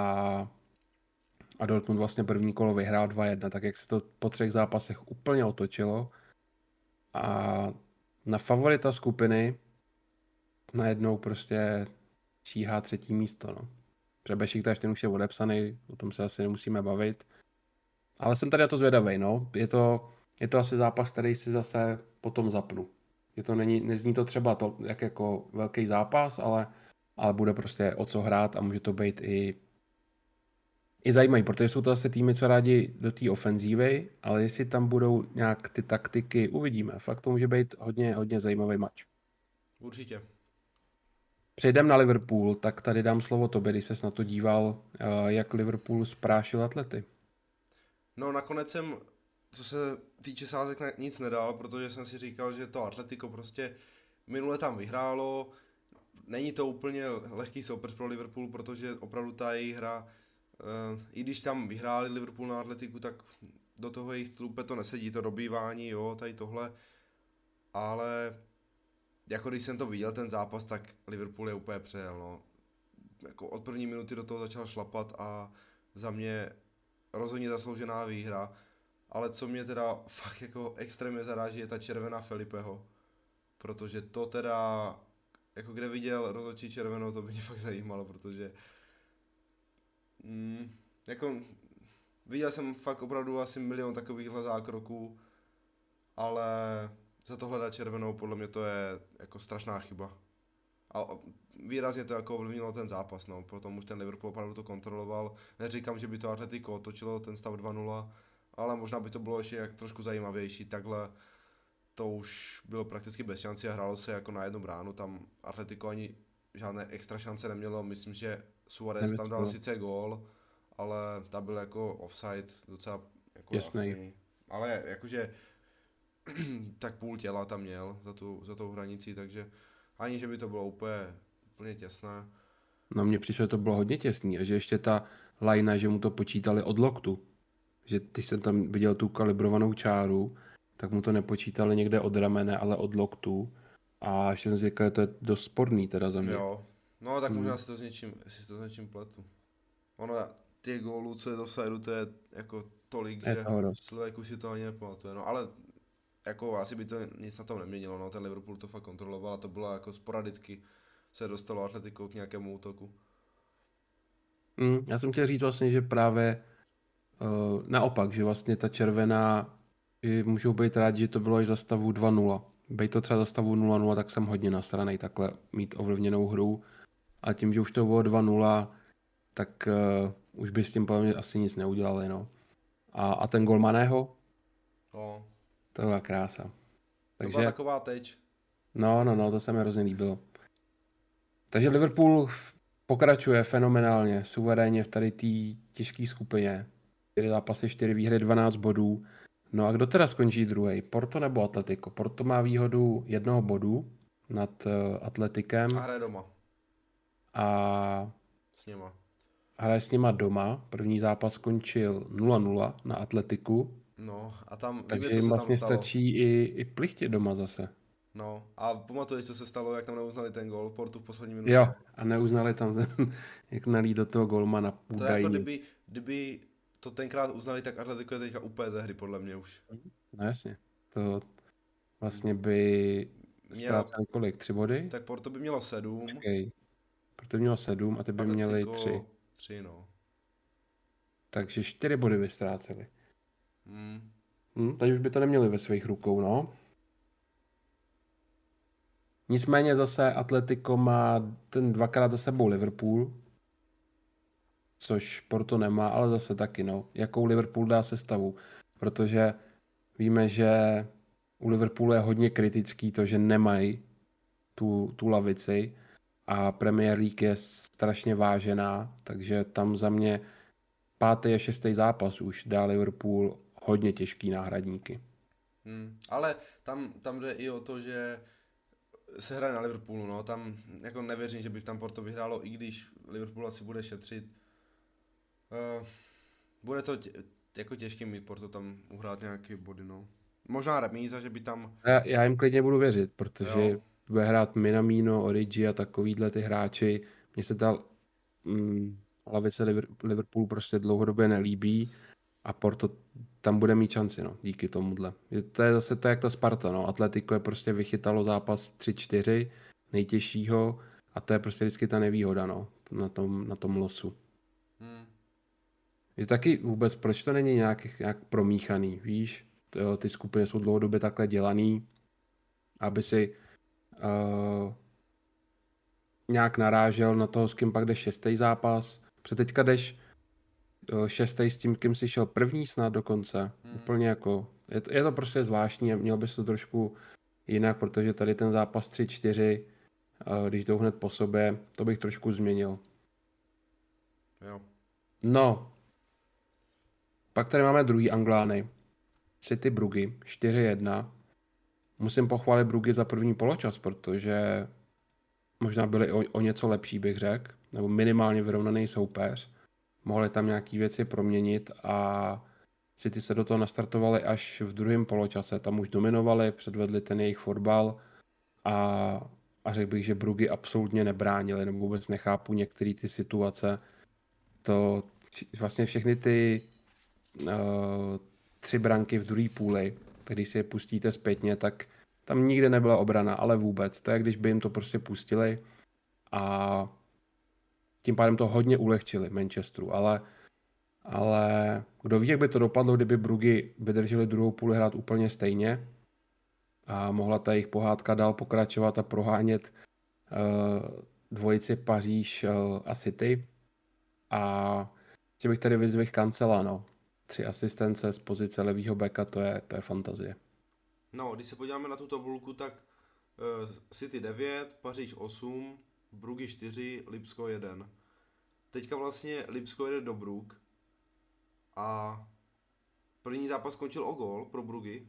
a Dortmund vlastně první kolo vyhrál 2-1, tak jak se to po 3 zápasech úplně otočilo a na favorita skupiny najednou prostě číhá 3. místo, no. Beşiktaş ten už je odepsaný, o tom se asi nemusíme bavit. Ale jsem tady na to zvědavej, no. Je to asi zápas, který si zase potom zapnu. Nezní to třeba to jak jako velký zápas, ale bude prostě o co hrát a může to být i zajímavý, protože jsou to zase týmy, co rádi do té ofenzívy, ale jestli tam budou nějak ty taktiky, uvidíme. Fakt to může být hodně, hodně zajímavý match. Určitě. Přejdeme na Liverpool, tak tady dám slovo tobě, když ses na to díval, jak Liverpool sprášil Atlety. No nakonec jsem, co se týče sázek, nic nedal, protože jsem si říkal, že to Atletico prostě minule tam vyhrálo. Není to úplně lehký soupeř pro Liverpool, protože opravdu ta jejich hra, i když tam vyhráli Liverpool na Atletiku, tak do toho jejich stylu to nesedí, to dobývání, jo, tady tohle. Ale jako když jsem to viděl, ten zápas, tak Liverpool je úplně přejel, no. Jako od první minuty do toho začal šlapat a za mě rozhodně zasloužená výhra. Ale co mě teda fakt jako extrémně zaráží, je ta červená Felipeho. Protože to teda, jako kde viděl rozhodčí červenou, to by mě fakt zajímalo, protože Jako viděl jsem fakt opravdu asi milion takovýchhle zákroků, ale za tohle dát červenou, podle mě to je jako strašná chyba. A výrazně to jako ovlivnilo ten zápas, no. Potom už ten Liverpool opravdu to kontroloval. Neříkám, že by to Atletico otočilo ten stav 2-0, ale možná by to bylo ještě jak trošku zajímavější. Takhle to už bylo prakticky bez šanci a hrálo se jako na jednu bránu. Tam Atletico ani žádné extra šance nemělo. Myslím, že Suarez tam dal sice gól, ale ta byl jako offside docela jako jasný. Ale jakože tak půl těla tam měl za tou hranicí, takže ani, že by to bylo úplně těsné. No mně přišlo, že to bylo hodně těsný a že ještě ta lajna, že mu to počítali od loktu. Že když jsem tam viděl tu kalibrovanou čáru, tak mu to nepočítali někde od ramene, ale od loktu. A ještě jsem si říkal, že to je dost sporný teda za mě. Jo, no tak možná si to s něčím pletu. Ono, těch gólů, co je do offsideu, to je jako tolik, že člověk už si to ani nepamatuje. No ale jako asi by to nic na tom neměnilo, no ten Liverpool to fakt kontroloval a to bylo jako sporadicky se dostalo Atletico k nějakému útoku. Já jsem chtěl říct vlastně, že právě naopak, že vlastně ta červená, můžou být rádi, že to bylo i za stavu 2-0. Bejt to třeba za stavu 0-0, tak jsem hodně nasranej takhle mít ovlivněnou hru. A tím, že už to bylo 2-0, tak už by s tím podle mě asi nic neudělali, no. A ten gol Maného? No. To byla krása. Takže... To byla taková teď. No, to se mi hrozně líbilo. Takže Liverpool pokračuje fenomenálně, suverénně v tady té těžké skupině. 4 zápasy, 4 výhry, 12 bodů. No a kdo teda skončí druhý? Porto nebo Atletico? Porto má výhodu 1 bodu nad Atletikem. A hraje doma. A s nima. Hraje s nima doma. První zápas skončil 0-0 na Atletiku. No a tam takže víme, co jim se vlastně tam stalo. stačí i plichtit doma zase. No a pamatuješ, co se stalo, jak tam neuznali ten gól Portu v poslední minutě? Jo, a neuznali tam ten, jak nalít do toho golmana. To je jako kdyby to tenkrát uznali, tak Atletico je teďka úplně ze hry, podle mě už. No jasně. To vlastně by ztráceli kolik? 3 body? Tak Porto by mělo 7. Okay. Porto by mělo 7 a ty by měli 3. 3, no. Takže 4 body by ztráceli. Takže už by to neměli ve svých rukou, no. Nicméně zase Atletico má ten 2krát za sebou Liverpool, což Porto nemá, ale zase taky, no. Jakou Liverpool dá sestavu, protože víme, že u Liverpoolu je hodně kritický to, že nemají tu lavici a Premier League je strašně vážená, takže tam za mě 5. a 6. zápas už dá Liverpool hodně těžký náhradníky. Ale tam jde i o to, že se hraje na Liverpoolu, no, tam jako nevěřím, že by tam Porto vyhrálo, i když Liverpool asi bude šetřit. Bude to jako těžké mít Porto tam uhrát nějaké body, no. Možná remíza, že by tam... Já jim klidně budu věřit, protože bude hrát Minamino, Origi a takovýhle ty hráči. Mně se ta lavice Liverpoolu prostě dlouhodobě nelíbí a Porto tam bude mít šanci, no, díky tomuhle. To je zase to, jak ta Sparta, no. Atletico je prostě vychytalo zápas 3-4 nejtěžšího a to je prostě vždycky ta nevýhoda, no, na tom losu. Je taky vůbec, proč to není nějak promíchaný, víš? Ty skupiny jsou dlouhodobě takhle dělaný, aby si nějak narážel na toho, s kým pak jde 6. zápas. Protože teďka jdeš 6. s tím, kým jsi šel první snad dokonce. Úplně jako, je to prostě zvláštní a měl bys to trošku jinak, protože tady ten zápas 3-4, když jdou hned po sobě, to bych trošku změnil. Jo. No. Pak tady máme druhý Anglány. City Bruggy 4-1. Musím pochválit Bruggy za první poločas, protože možná byli o něco lepší, bych řekl, nebo minimálně vyrovnaný soupeř. Mohli tam nějaké věci proměnit a City se do toho nastartovali až v druhém poločase. Tam už dominovali, předvedli ten jejich fotbal a řekl bych, že Bruggy absolutně nebránili, nebo vůbec nechápu některé ty situace. To vlastně všechny ty 3 branky v druhé půli, tak když si je pustíte zpětně, tak tam nikde nebyla obrana, ale vůbec. To je, když by jim to prostě pustili a tím pádem to hodně ulehčili Manchesteru, ale kdo ví, jak by to dopadlo, kdyby Bruggy vydrželi druhou půli hrát úplně stejně a mohla ta jejich pohádka dál pokračovat a prohánět dvojici Paříž a City. A chtěl bych tady vyzvih Cancela, no. 3 asistence z pozice levýho beka, to je fantazie. No, když se podíváme na tu tabulku, tak City 9, Paříž 8, Bruggy 4, Lipsko 1. Teďka vlastně Lipsko jede do Brugg a první zápas skončil o gól pro Bruggy.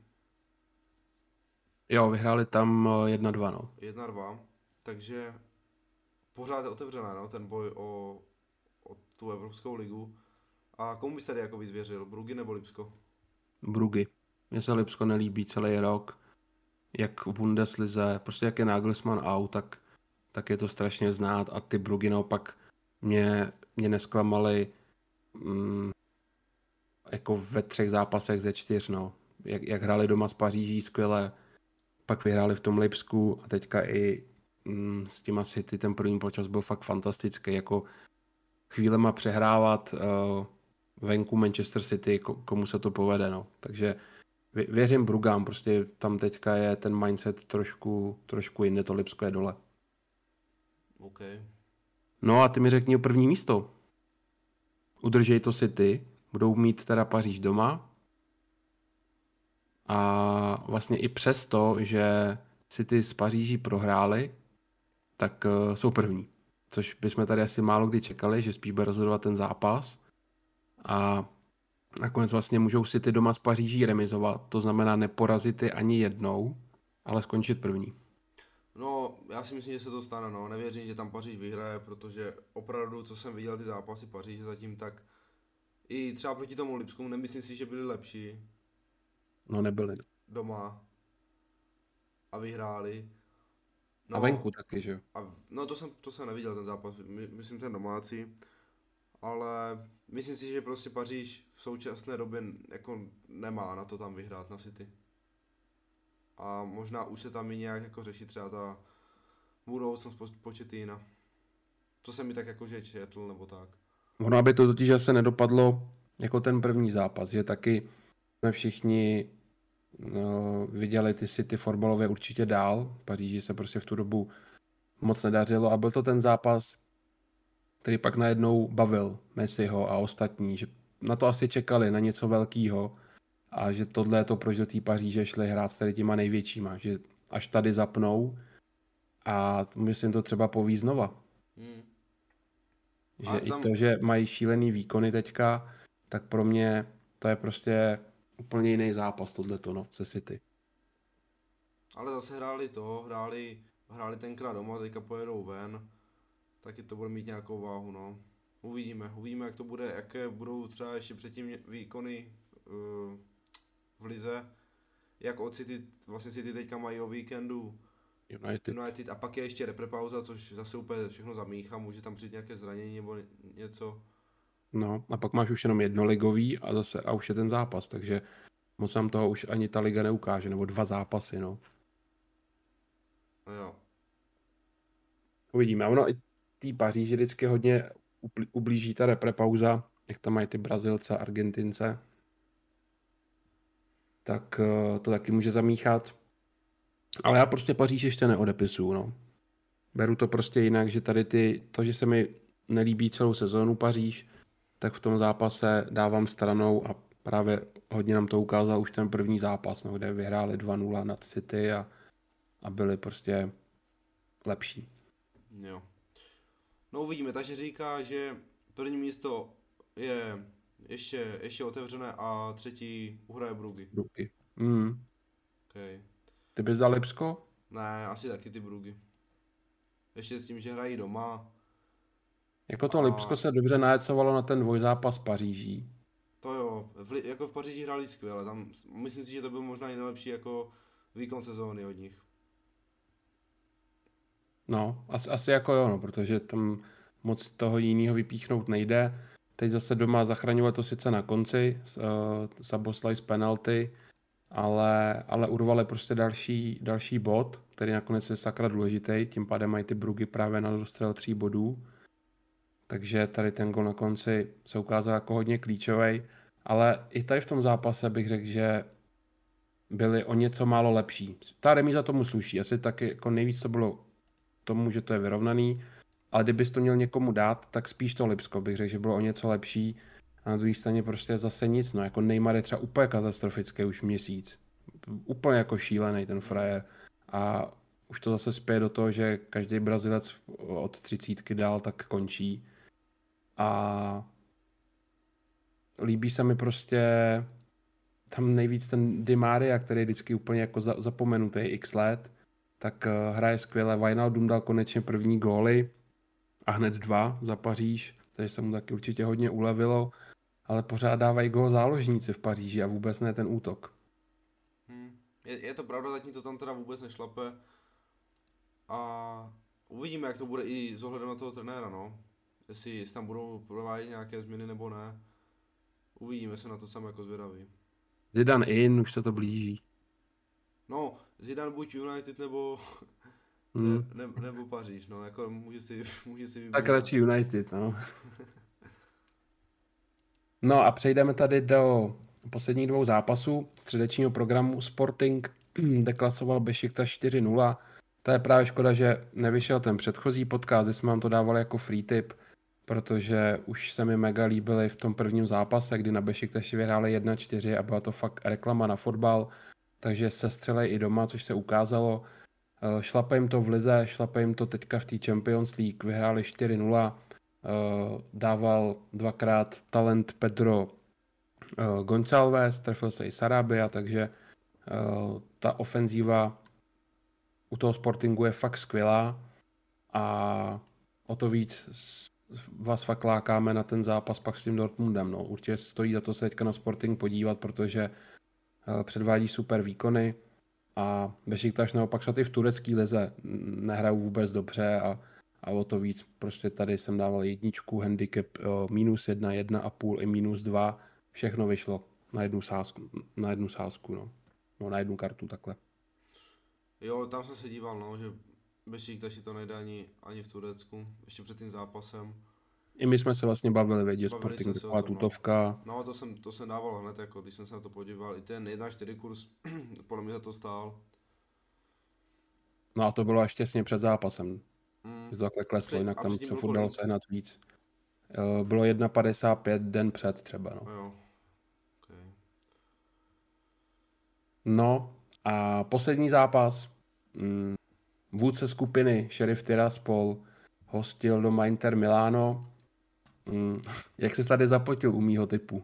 Jo, vyhráli tam 1-2, no. 1-2, takže pořád je otevřená, no, ten boj o tu Evropskou ligu. A komu bys tady jako vyzvěřil, Bruggy nebo Lipsko? Bruggy. Mně se Lipsko nelíbí celý rok. Jak v Bundeslize, prostě jak je Nagelsmann out, tak je to strašně znát a ty Bruggy naopak mě nesklamaly jako ve 3 zápasech ze 4, no. Jak hráli doma s Paříží skvěle, pak vyhráli v tom Lipsku a teďka i s těma City ten první počas byl fakt fantastický, jako chvílema přehrávat venku Manchester City, komu se to povede, no. Takže věřím Brugám, prostě tam teďka je ten mindset trošku jiný, to Lipsko je dole. OK. No a ty mi řekni o první místo. Udržej to City, budou mít teda Paříž doma a vlastně i přesto, že City z Paříží prohráli, tak jsou první. Což bychom tady asi málo kdy čekali, že spíš bude rozhodovat ten zápas. A nakonec vlastně můžou City doma z Paříží remizovat, to znamená neporazit je ani jednou, ale skončit první. No, já si myslím, že se to stane, no. Nevěřím, že tam Paříž vyhraje, protože opravdu, co jsem viděl ty zápasy Paříže zatím, tak i třeba proti tomu Lipsku, nemyslím si, že byli lepší No nebyli. doma a vyhráli. No, A venku taky, že jo? No to jsem neviděl ten zápas, myslím ten domácí, ale myslím si, že prostě Paříž v současné době jako nemá na to tam vyhrát na City. A možná už se tam i nějak jako řeší třeba ta budoucnost Pochettina. Co se mi tak jako že četl nebo tak. Ono, aby to totiž asi nedopadlo jako ten první zápas, že taky jsme všichni viděli ty City fotbalově určitě dál. V Paříži se prostě v tu dobu moc nedařilo a byl to ten zápas, který pak najednou bavil Messiho a ostatní, že na to asi čekali, na něco velkého a že tohle je to, proč do té Paříže šli hrát s tady těma největšíma, že až tady zapnou a myslím to třeba poví znova. Že i to, že mají šílený výkony teďka, tak pro mě to je prostě úplně jiný zápas tohleto, no, se City. Ale zase hráli tenkrát doma, teďka pojedou ven, taky to bude mít nějakou váhu, no. Uvidíme, jak to bude, jaké budou třeba ještě předtím výkony v lize, jak od City, vlastně City teďka mají o víkendu United a pak je ještě reprepauza, což zase úplně všechno zamíchá, může tam přijít nějaké zranění nebo něco. No a pak máš už jenom jednoligový a už je ten zápas, takže moc nám toho už ani ta liga neukáže, nebo 2 zápasy, no. Jo. Uvidíme. A ono i tý Paříži vždycky hodně ublíží ta reprepauza, jak tam mají ty Brazilce, Argentince, tak to taky může zamíchat. Ale já prostě Paříž ještě neodepisuju, no. Beru to prostě jinak, že tady to, že se mi nelíbí celou sezónu Paříž, tak v tom zápase dávám stranou a právě hodně nám to ukázal už ten první zápas, no, kde vyhráli 2-0 nad City a byli prostě lepší. Jo. No uvidíme, takže říká, že první místo je ještě otevřené a třetí uhraje Bruggy. Okay. Ty bys dal Lipsko? Ne, asi taky ty Bruggy. Ještě s tím, že hrají doma. Jako to Lipsko se dobře najecovalo na ten dvojzápas Paříží. To jo, jako v Paříži hráli skvěle, tam myslím si, že to byl možná i nejlepší jako výkon sezóny od nich. No, asi jako jo, no, protože tam moc toho jiného vypíchnout nejde. Teď zase doma zachraňovali to sice na konci, Szoboszlai z penalty, ale urvali prostě další bod, který nakonec je sakra důležitý, tím pádem mají ty Bruggy právě na dostřel 3 bodů. takže tady ten gol na konci se ukázal jako hodně klíčový, ale i tady v tom zápase bych řekl, že byli o něco málo lepší. Ta remíza tomu sluší, asi taky jako nejvíc to bylo tomu, že to je vyrovnaný, ale kdybys to měl někomu dát, tak spíš to Lipsko bych řekl, že bylo o něco lepší. A na druhé straně prostě zase nic, no jako Neymar je třeba úplně katastrofický už měsíc. Úplně jako šílený ten frajer. A už to zase spěje do toho, že každý Brazilec od 30 dál tak končí. A líbí se mi prostě tam nejvíc ten Di Maria, který je vždycky úplně jako zapomenutý x let, tak hraje skvěle. Wijnaldum dal konečně první góly a hned 2 za Paříž, takže se mu taky určitě hodně ulevilo, ale pořád dávají gól záložníci v Paříži a vůbec ne ten útok. Je to pravda, zatím to tam teda vůbec nešlape a uvidíme, jak to bude i s ohledem na toho trenéra, no. Jestli tam budou provádět nějaké změny nebo ne. Uvidíme, se na to sami jako zvědaví. Zidane in, už se to blíží. No, Zidane buď United nebo, nebo Paříž, no, jako může si vybrat. Tak radši United, no. No a přejdeme tady do posledních 2 zápasů středečního programu. Sporting deklasoval Bešiktaš 4-0. To je právě škoda, že nevyšel ten předchozí podcast, kdy jsme vám to dávali jako free tip, protože už se mi mega líbily v tom prvním zápase, kdy na Bešiktaši vyhráli 1-4 a byla to fakt reklama na fotbal, takže se střelej i doma, což se ukázalo. Šlape jim to v lize, šlape jim to teďka v té Champions League, vyhráli 4-0, dával 2krát talent Pedro Gonçalves, trefil se i Sarabia, takže ta ofenzíva u toho Sportingu je fakt skvělá a o to víc vás fakt lákáme na ten zápas pak s tím Dortmundem. No. Určitě stojí za to se teďka na Sporting podívat, protože předvádí super výkony a Bešiktaš naopak i v turecké lize nehrajou vůbec dobře a o to víc prostě tady jsem dával jedničku, handicap -1, 1,5 i -2, všechno vyšlo na jednu sázku, no. No, na jednu kartu takhle. Jo, tam jsem se díval, no, že Bešiktaš si to nejde ani v Turecku, ještě před tím zápasem. I my jsme se vlastně bavili, vědět, Sporting taková tutovka. No, to jsem dával hned, jako, když jsem se na to podíval. I ten 1,4 kurz, podle mě za to stál. No a to bylo až těsně před zápasem. Že to takhle kleslo, jinak tam se furt dalo sehnat víc. Bylo 1,55 den před třeba, no. Jo. Okay. No a poslední zápas. Vůdce skupiny Sheriff Tiraspol hostil doma Inter Milano. Jak se tady zapotil u mýho typu?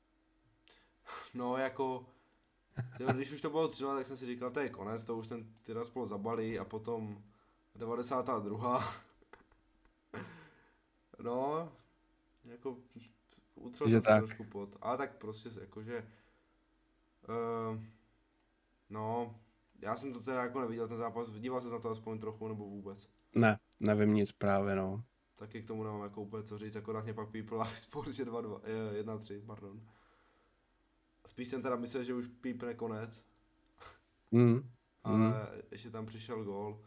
No jako, když už to bylo 3, tak jsem si říkal, to je konec, to už ten Tiraspol zabalí a potom 92. No, jako utřel jsem se trošku pot, ale tak prostě jakože, no, já jsem to teda jako neviděl ten zápas, díval se na to aspoň trochu nebo vůbec? Ne, nevím nic právě, no. Taky k tomu nemám jako úplně co říct, akorát mě pak pípl Sport, že 1-3, pardon. Spíš jsem teda myslel, že už pípne konec. Ale ještě tam přišel gól.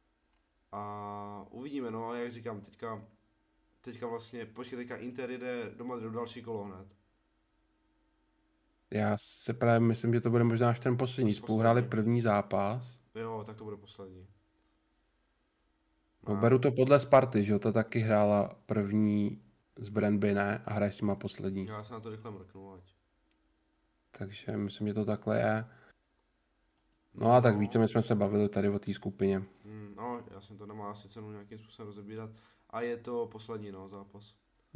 A uvidíme, no, jak říkám, teďka vlastně, teďka Inter jde doma do další kolo hned. Já se právě myslím, že to bude možná až ten poslední. Spolu hráli první zápas. Jo, tak to bude poslední. No, beru to podle Sparty, že jo, ta taky hrála první z Brandby, ne? A hraje si má poslední. Já se na to rychle mrknu, ať. Takže myslím, že to takhle je. No a tak více my jsme se bavili tady o té skupině. No, já jsem to nemá asi cenu nějakým způsobem rozebírat. A je to poslední, no, zápas.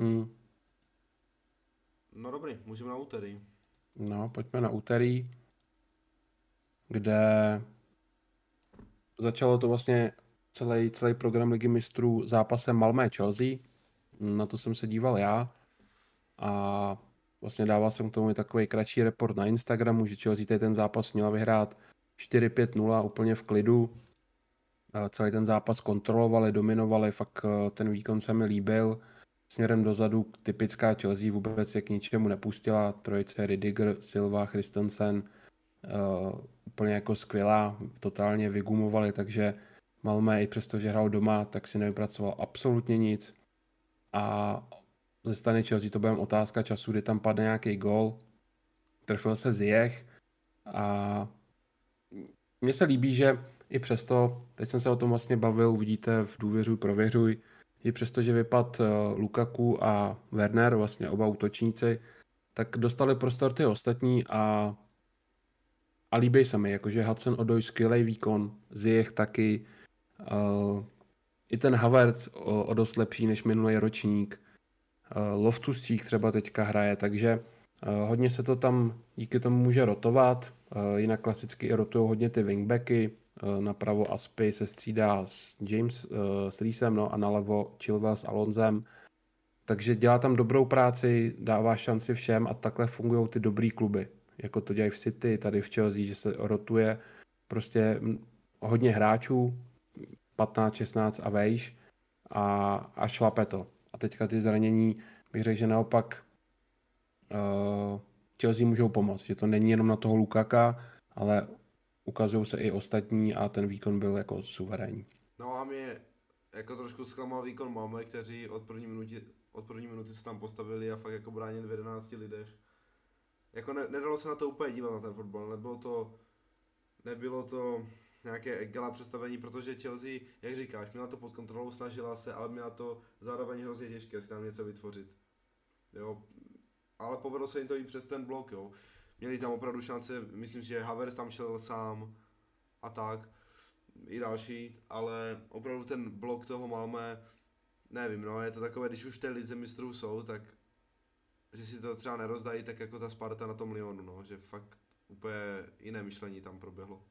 No dobrý, můžeme na úterý. No, pojďme na úterý, kde začalo to vlastně celý program Ligy mistrů zápasem Malmö-Chelsea. Na to jsem se díval já a vlastně dával jsem k tomu takový kratší report na Instagramu, že Chelsea tady ten zápas měla vyhrát 4-5-0 úplně v klidu. Celý ten zápas kontrolovali, dominovali, fakt ten výkon se mi líbil. Směrem dozadu typická Chelsea vůbec se k ničemu nepustila. Trojice Ridiger, Silva, Christensen úplně jako skvělá, totálně vygumovali, takže Malmö i přesto, že hrál doma, tak si nevypracoval absolutně nic. a ze strany Chelsea to bude otázka času, kdy tam padne nějaký gól. Trefil se Ziyech a mně se líbí, že i přesto, teď jsem se o tom vlastně bavil, uvidíte v Důvěřuj, prověřuj, i přesto, že vypad Lukaku a Werner, vlastně oba útočníci, tak dostali prostor ty ostatní a líbí se mi, jakože Hudson-Odoi skvělý výkon, Ziyech taky, i ten Havertz o dost lepší než minulý ročník, Loftus-Cheek třeba teďka hraje, takže hodně se to tam díky tomu může rotovat, jinak klasicky i rotují hodně ty wingbacky, napravo Aspy se střídá s James s Reesem, no, a nalevo Chilwell s Alonzem, takže dělá tam dobrou práci, dává šanci všem a takhle fungují ty dobrý kluby, jako to dělají v City, tady v Chelsea, že se rotuje prostě hodně hráčů, 15, 16 a vejš a šlape to. A teďka ty zranění, bych řekl, že naopak Chelsea můžou pomoct, že to není jenom na toho Lukaka, ale ukazují se i ostatní a ten výkon byl jako suverénní. No a mě jako trošku zklamal výkon Malmö, kteří od první minuty se tam postavili a fakt jako bránili v 11 lidech. Jako nedalo se na to úplně dívat na ten fotbal, nebylo to nějaké gala představení, protože Chelsea, jak říkáš, měla to pod kontrolou, snažila se, ale měla to zároveň hrozně těžké si tam něco vytvořit. Jo, ale povedlo se jim to i přes ten blok, jo. Měli tam opravdu šance, myslím, že Havertz tam šel sám a tak, i další, ale opravdu ten blok toho Malmö, nevím, no, je to takové, když už v té lize mistrů jsou, tak že si to třeba nerozdají, tak jako ta Sparta na tom Lyonu, no, že fakt úplně jiné myšlení tam proběhlo.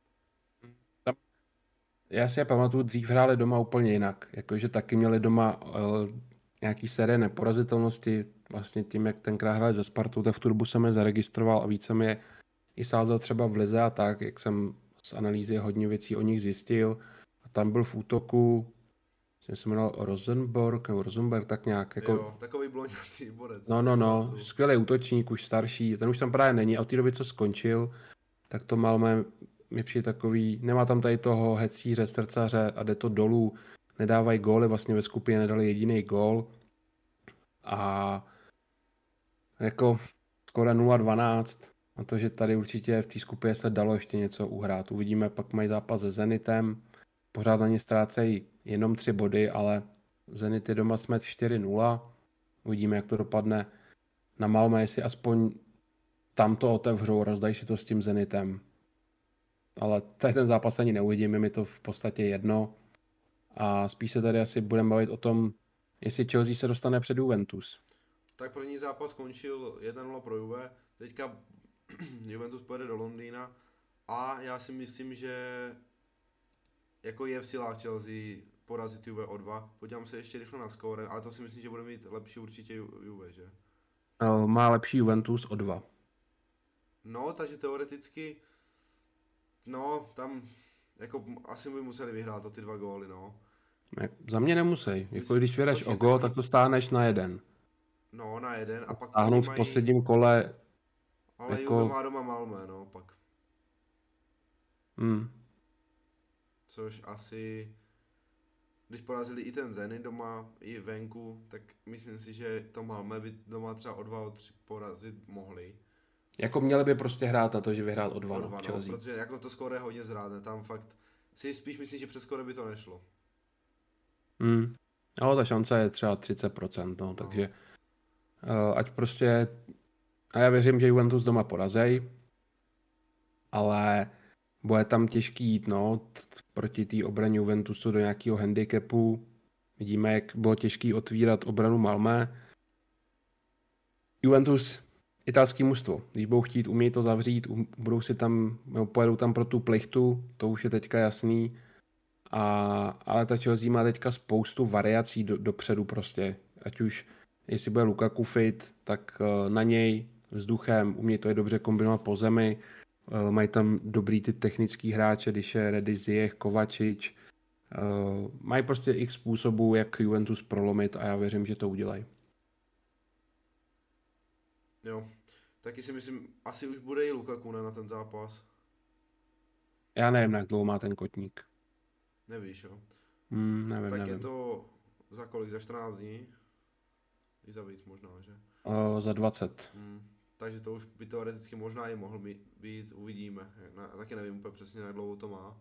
Já si je pamatuju, dřív hráli doma úplně jinak, jakože taky měli doma nějaký série neporazitelnosti, vlastně tím, jak tenkrát hráli ze Spartou, tak v Turbu jsem je zaregistroval a víc jsem je i sázel třeba v lize a tak, jak jsem z analýzy hodně věcí o nich zjistil. A tam byl v útoku, jsem se jmenoval Rosenberg, tak nějak. Jako... Jo, takový blondětý borec. No, skvělý útočník, už starší, ten už tam právě není a od té doby, co skončil, tak to Malmö mi přijde takový, nemá tam tady toho hecíře, srdcaře a jde to dolů, nedávají góly, vlastně ve skupině nedali jediný gól a jako skoro 0-12 a to, že tady určitě v té skupině se dalo ještě něco uhrát. Uvidíme, pak mají zápas se Zenitem, pořád na ně ztrácejí jenom 3 body, ale Zenit je doma smet 4-0, uvidíme, jak to dopadne na Malmö, jestli aspoň tam to otevřou, rozdají si to s tím Zenitem. Ale tady ten zápas ani neuvidím, je mi to v podstatě jedno. A spíš se tady asi budeme bavit o tom, jestli Chelsea se dostane před Juventus. Tak první zápas skončil 1-0 pro Juve, teďka Juventus pojede do Londýna a já si myslím, že jako je v silách Chelsea porazit Juve o 2. Podívám se ještě rychle na skóre, ale to si myslím, že bude mít lepší určitě Juve, že? Má lepší Juventus o 2. No, takže teoreticky, no, tam jako asi by museli vyhrát o ty 2 góly, no. Za mě nemusí. Jako když vyhraješ o gól, tak to stáneš na 1. No, na 1 a pak Stáhnout v posledním kole. Ale jako... Juve má doma Malmö, no, pak. Což asi, když porazili i ten Zenit doma, i venku, tak myslím si, že to Malmö by doma třeba o 2, o 3 porazit mohli. Jako měli by prostě hrát na to, že vyhrát o 2, no, protože jako to skóre je hodně zrádné, tam fakt si spíš myslím, že přes skóre by to nešlo. Ale ta šance je třeba 30%, no, takže ať prostě, a já věřím, že Juventus doma porazej, ale bude tam těžký jít, no, proti té obraně Juventusu do nějakého handicapu. Vidíme, jak bylo těžký otvírat obranu Malmö. Juventus, italský mužstvo, když budou chtít, umějí to zavřít, budou si tam, pojedou tam pro tu plichtu, to už je teďka jasný. Ale ta Chelsea má teďka spoustu variací dopředu prostě. Ať už, jestli bude Lukaku fit, tak na něj vzduchem, umějí to je dobře kombinovat po zemi. Mají tam dobrý ty technický hráče, když je Redy, Ziyech, Kovačič. Mají prostě x způsobů, jak Juventus prolomit a já věřím, že to udělají. Jo, taky si myslím, asi už bude i Lukaku na ten zápas. Já nevím, jak dlouho má ten kotník. Nevíš, jo? Nevím. Je to za kolik? Za 14 dní? I za víc možná, že? Za 20. Takže to už by teoreticky možná i mohl být, uvidíme. Taky nevím úplně přesně, jak dlouho to má.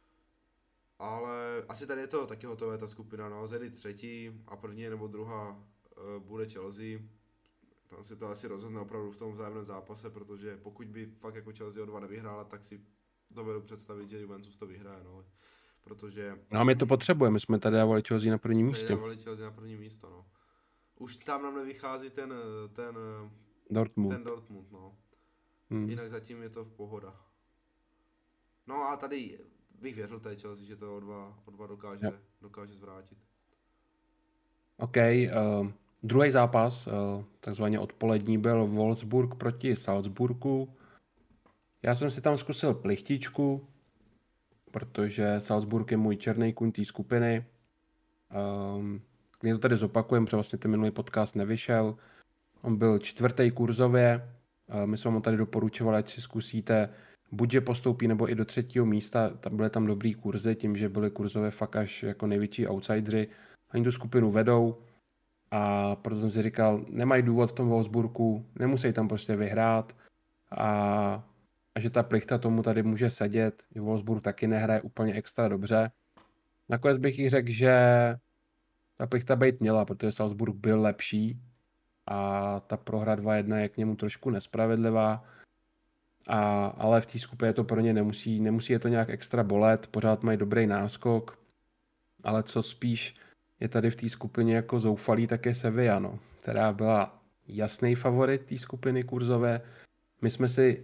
Ale asi tady je to taky hotové, ta skupina, no, Zenit třetí a první nebo druhá bude Chelsea. Tam si to asi rozhodne opravdu v tom vzájemném zápase, protože pokud by fakt jako Chelsea o 2 nevyhrála, tak si dovedu představit, že Juventus to vyhraje, no. Protože... No a my to potřebujeme, my jsme tady dávali Chelsea na prvním místě. Dávali Chelsea na první místo, no. Už tam nám nevychází ten Dortmund, no. Jinak zatím je to pohoda. No a tady bych věřil té Chelsea, že to o dva dokáže zvrátit. OK, druhý zápas, takzvaně odpolední, byl Wolfsburg proti Salzburgu. Já jsem si tam zkusil plichtičku, protože Salzburg je můj černý kůň té skupiny. Když to tady zopakujem, protože vlastně ten minulý podcast nevyšel. On byl 4. kurzově. My jsme mu tady doporučovali, ať si zkusíte, buď že postoupí, nebo i do 3. místa. Byly tam dobrý kurzy, tím, že byly kurzové fakt až jako největší outsideri. Oni tu skupinu vedou a proto jsem si říkal, nemají důvod v tom Wolfsburgu, nemusí tam prostě vyhrát a že ta plichta tomu tady může sedět. Wolfsburg taky nehraje úplně extra dobře. Nakonec bych jí řekl, že ta plichta být měla, protože Salzburg byl lepší a ta prohra 2-1 je k němu trošku nespravedlivá. Ale v té skupině to pro ně nemusí je to nějak extra bolet, pořád mají dobrý náskok, ale co spíš je tady v té skupině jako zoufalý, tak je Sevilla, no, která byla jasný favorit té skupiny kurzové. My jsme si,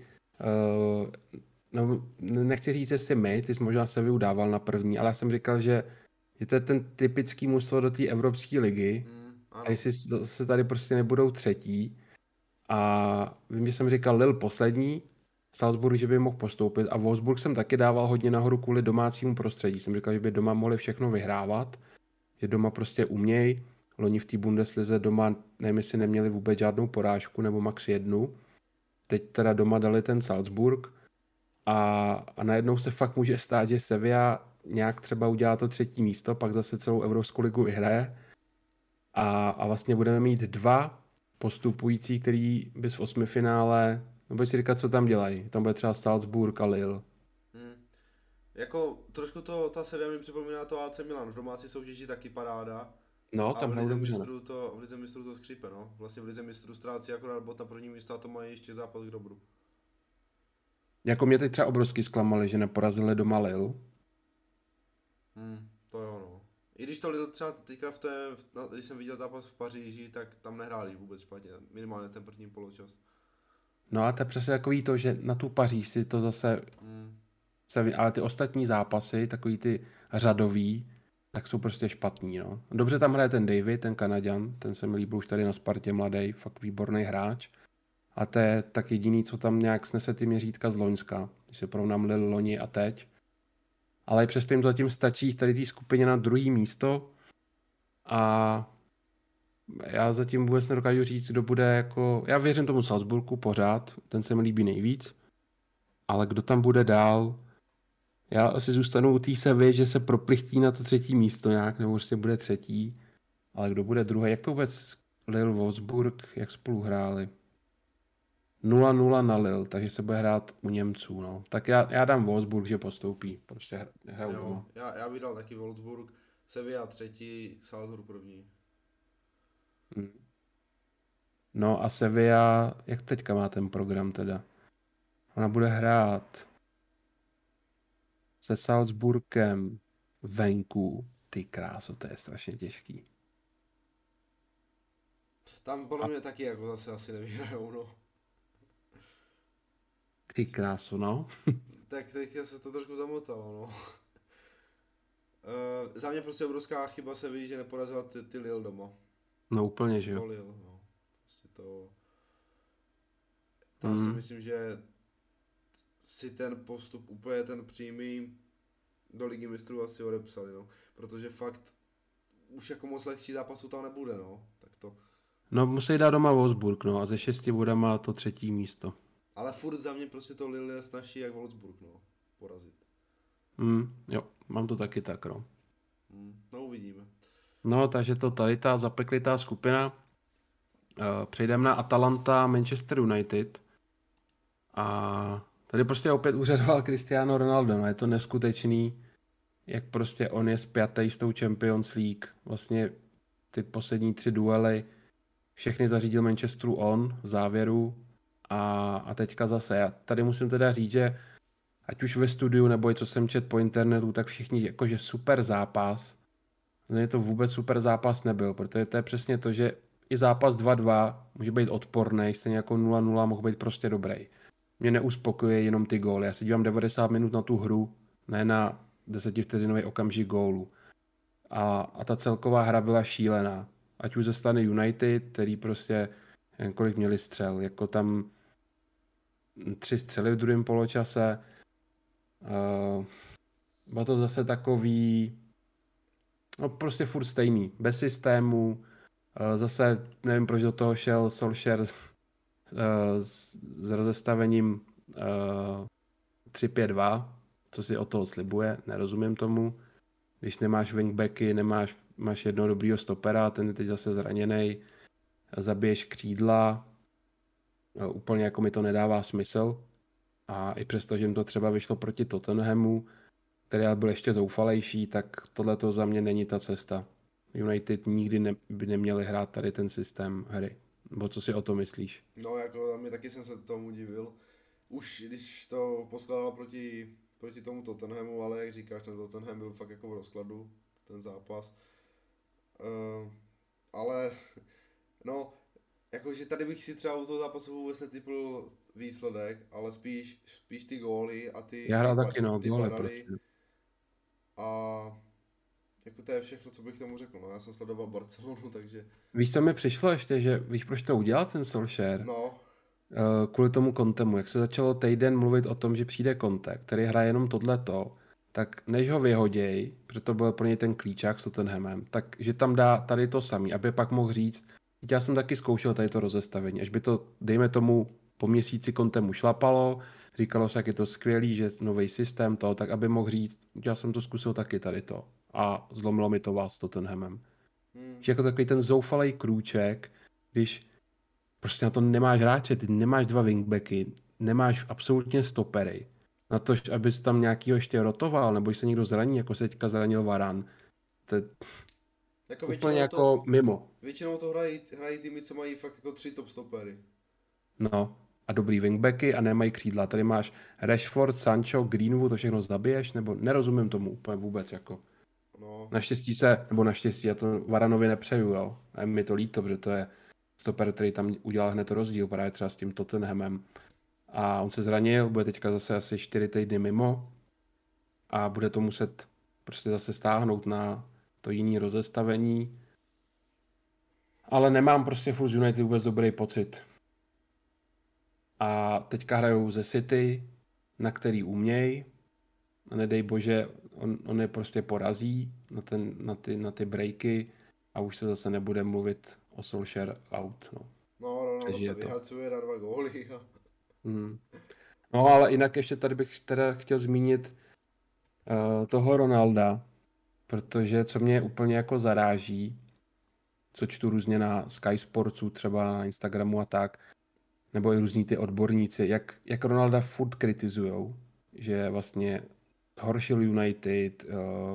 nechci říct, jestli ty jsi možná Sevillu dával na první, ale já jsem říkal, že to je ten typický mužstvo do té Evropské ligy a jestli se tady prostě nebudou třetí a vím, že jsem říkal Lille poslední, Salzburg, že by mohl postoupit a Wolfsburg jsem taky dával hodně nahoru kvůli domácímu prostředí. Jsem říkal, že by doma mohli všechno vyhrávat, že doma prostě umějí. Loni v té Bundeslize doma, nevím, jestli neměli vůbec žádnou porážku nebo max 1. Teď teda doma dali ten Salzburg a najednou se fakt může stát, že Sevilla nějak třeba udělá to 3. místo, pak zase celou Evropskou ligu vyhraje a vlastně budeme mít 2 postupující, který by v 8. finále, nebo si říkat, co tam dělají. Tam bude třeba Salzburg a Lille. Jako trošku ta Sevilla mi připomíná to AC Milan, v domácí soutěži taky paráda. No, tam v Lize mistrů to skřípe, no. Vlastně v Lize mistrů ztrácí akorát bod na první místo a to mají ještě zápas k dobru. Jako mě teď třeba obrovsky zklamali, že neporazili doma Lille. To jo, no. I když to Lille třeba teďka když jsem viděl zápas v Paříži, tak tam nehráli vůbec špatně, minimálně ten první poločas. No a to je přesně takový to, že na tu Paříž si to zase... Ale ty ostatní zápasy, takový ty řadový, tak jsou prostě špatný, no. Dobře tam hraje ten David, ten Kanaďan, ten se mi líbil už tady na Spartě, mladý, fakt výborný hráč. A to je tak jediný, co tam nějak snese ty měřítka z loňska, když se porovnám Lille loni a teď. Ale i přesto jim to zatím stačí tady té skupině na 2. místo a já zatím vůbec nedokážu říct, kdo bude jako... Já věřím tomu Salzburgu pořád, ten se mi líbí nejvíc, ale kdo tam bude dál... Já asi zůstanu u té Sevy, že se proplichtí na to 3. místo nějak, nebo prostě bude 3. Ale kdo bude druhý? Jak to vůbec Lille Wolfsburg, jak spolu hráli? 0-0 na Lille, takže se bude hrát u Němců, no. Tak já dám Wolfsburg, že postoupí. Prostě hraju doma. Já bych dal taky Wolfsburg, Sevilla 3, Salzburg 1. No a Sevilla, jak teďka má ten program teda? Ona bude hrát se Salzburgem venku. Ty kráso, to je strašně těžký. Tam podle mě taky jako zase asi nevyhrajou, no. Ty kráso, no. Tak teďka se to trošku zamotalo, no. Za mě prostě obrovská chyba se ví, že neporazila ty Lille doma. No úplně, že jo. To Lille, no. Prostě to... Tam si myslím, že si ten postup úplně ten přímý do Ligy mistrů asi odepsali, no. Protože fakt už jako moc lehčí zápasů tam nebude, no. Tak to... No musí dát doma Wolfsburg, no. A ze 6 bodama to 3. místo. Ale furt za mě prostě to Lille je snažší jak Wolfsburg, no. Porazit. Jo, mám to taky tak, no. No uvidíme. No, takže to tady ta zapeklitá skupina. Přejdeme na Atalanta, Manchester United. A tady prostě opět úřadoval Cristiano Ronaldo. No, je to neskutečný, jak prostě on je spjatý s tou Champions League. Vlastně ty poslední 3 duely všechny zařídil Manchesteru on v závěru a teďka zase. Já tady musím teda říct, že ať už ve studiu nebo i co jsem čet po internetu, tak všichni jakože super zápas. Zřejmě to vůbec super zápas nebyl, protože to je přesně to, že i zápas 2-2 může být odporný, stejně jako 0-0 mohl být prostě dobrý. Mě neuspokojuje jenom ty góly. Já se dívám 90 minut na tu hru, ne na 10vteřinový okamžik gólu. A ta celková hra byla šílená. Ať už ze strany United, který prostě kolik měli střel, jako tam 3 střely v druhém poločase. Bylo to zase takový, no prostě furt stejný, bez systému. Zase nevím, proč do toho šel Solskjaer s rozestavením 3-5-2, co si od toho slibuje, nerozumím tomu. Když nemáš wingbacky, máš jednoho dobrýho stopera, ten je teď zase zraněný, zabiješ křídla, úplně jako mi to nedává smysl. A i přesto, že jim to třeba vyšlo proti Tottenhamu, který byl ještě zoufalejší, tak tohle to za mě není ta cesta. United nikdy by neměli hrát tady ten systém hry. Nebo co si o to myslíš? No, jako za mě taky jsem se tomu divil. Už když to poskládal proti tomu Tottenhamu, ale jak říkáš, ten Tottenham byl fakt jako v rozkladu, ten zápas. Ale, no, jakože tady bych si třeba u toho zápasu vůbec netypl výsledek, ale spíš ty góly a Já hrál taky ty góly parady. prostě. A jako to je všechno, co bych tomu řekl. No, já jsem sledoval Barcelonu, takže... Víš, co mi přišlo ještě, že víš, proč to udělal ten Solskjaer? No, Kvůli tomu Contemu. Jak se začalo týden mluvit o tom, že přijde Conte, který hraje jenom tohleto, tak než ho vyhoděj, protože to byl pro něj ten klíčák s Tottenhamem, takže tam dá tady to samý, aby pak mohl říct, já jsem taky zkoušel tady to rozestavení, až by to, dejme tomu, po měsíci Contemu šlapalo, říkalo se, jak je to skvělý, že nový systém to, tak aby mohl říct, já jsem to zkusil taky tady to a zlomilo mi to vás s Tottenhamem. Že jako takový ten zoufalý krůček, když prostě na to nemáš hráče, ty nemáš 2 wingbacky, nemáš absolutně stopery. Na to, abys tam nějakýho ještě rotoval, nebo se někdo zraní, jako se teďka zranil Varan. To je jako úplně jako mimo. Většinou to hrají týmy, co mají fakt jako 3 top stopery. No a dobrý wingbacky a nemají křídla. Tady máš Rashford, Sancho, Greenwood, to všechno zabiješ, nebo nerozumím tomu úplně vůbec jako. No. Naštěstí, já to Varanovi nepřeju, jo. A je mi to líto, protože to je stoper, který tam udělal hned rozdíl, právě třeba s tím Tottenhamem. A on se zranil, bude teďka zase asi 4 týdny mimo a bude to muset prostě zase stáhnout na to jiný rozestavení. Ale nemám prostě furt z United vůbec dobrý pocit. A teďka hrajou ze City, na který uměj. A nedej bože, on je prostě porazí na ty breaky a už se zase nebude mluvit o Solskjaer out. No, Ronaldo se vyhacuje na 2 góly. No, ale jinak ještě tady bych teda chtěl zmínit toho Ronalda, protože co mě úplně jako zaráží, co čtu různě na Sky Sportsu, třeba na Instagramu a tak, nebo i různí ty odborníci, jak Ronalda furt kritizujou, že vlastně horšil United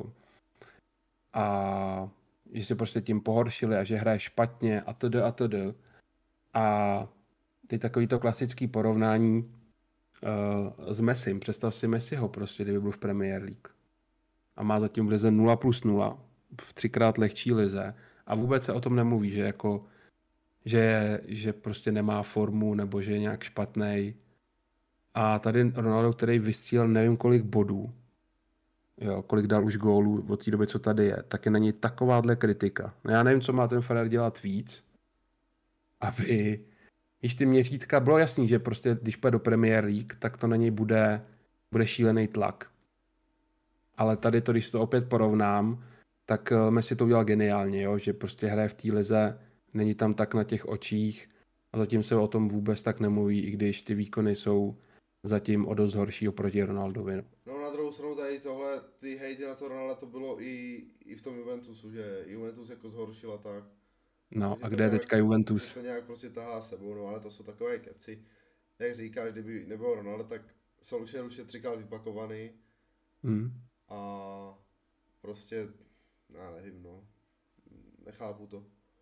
a že se prostě tím pohoršili a že hraje špatně a td. a td. A ty takovýto klasický porovnání s Messim. Představ si Messiho prostě, kdyby byl v Premier League. A má zatím v lize 0+0 v 3x lehčí lize a vůbec se o tom nemluví, že jako že prostě nemá formu nebo že je nějak špatnej. A tady Ronaldo, který vystřílel nevím kolik bodů, jo, kolik dal už gólů od té doby, co tady je, tak je na něj takováhle kritika. No já nevím, co má ten Ferrer dělat víc, aby, když ty měřítka, bylo jasný, že prostě když půjde do Premier League, tak to na něj bude šílený tlak. Ale tady to, když to opět porovnám, tak Messi to udělal geniálně, jo? Že prostě hraje v té lize, není tam tak na těch očích a zatím se o tom vůbec tak nemluví, i když ty výkony jsou zatím o dost horší oproti Ronaldovi. No na druhou stranu tady tohle, ty hejty na to Ronalda to bylo i v tom Juventusu, že Juventus jako zhoršila tak. No Že a to kde je nějak, teďka že Juventus? to nějak prostě tahá sebou, no ale to jsou takové keci. Jak říkáš, kdyby nebyl Ronaldo, tak Solskjaer už je 3krát vypakovaný Hmm. a prostě, já nevím, no, nechápu to.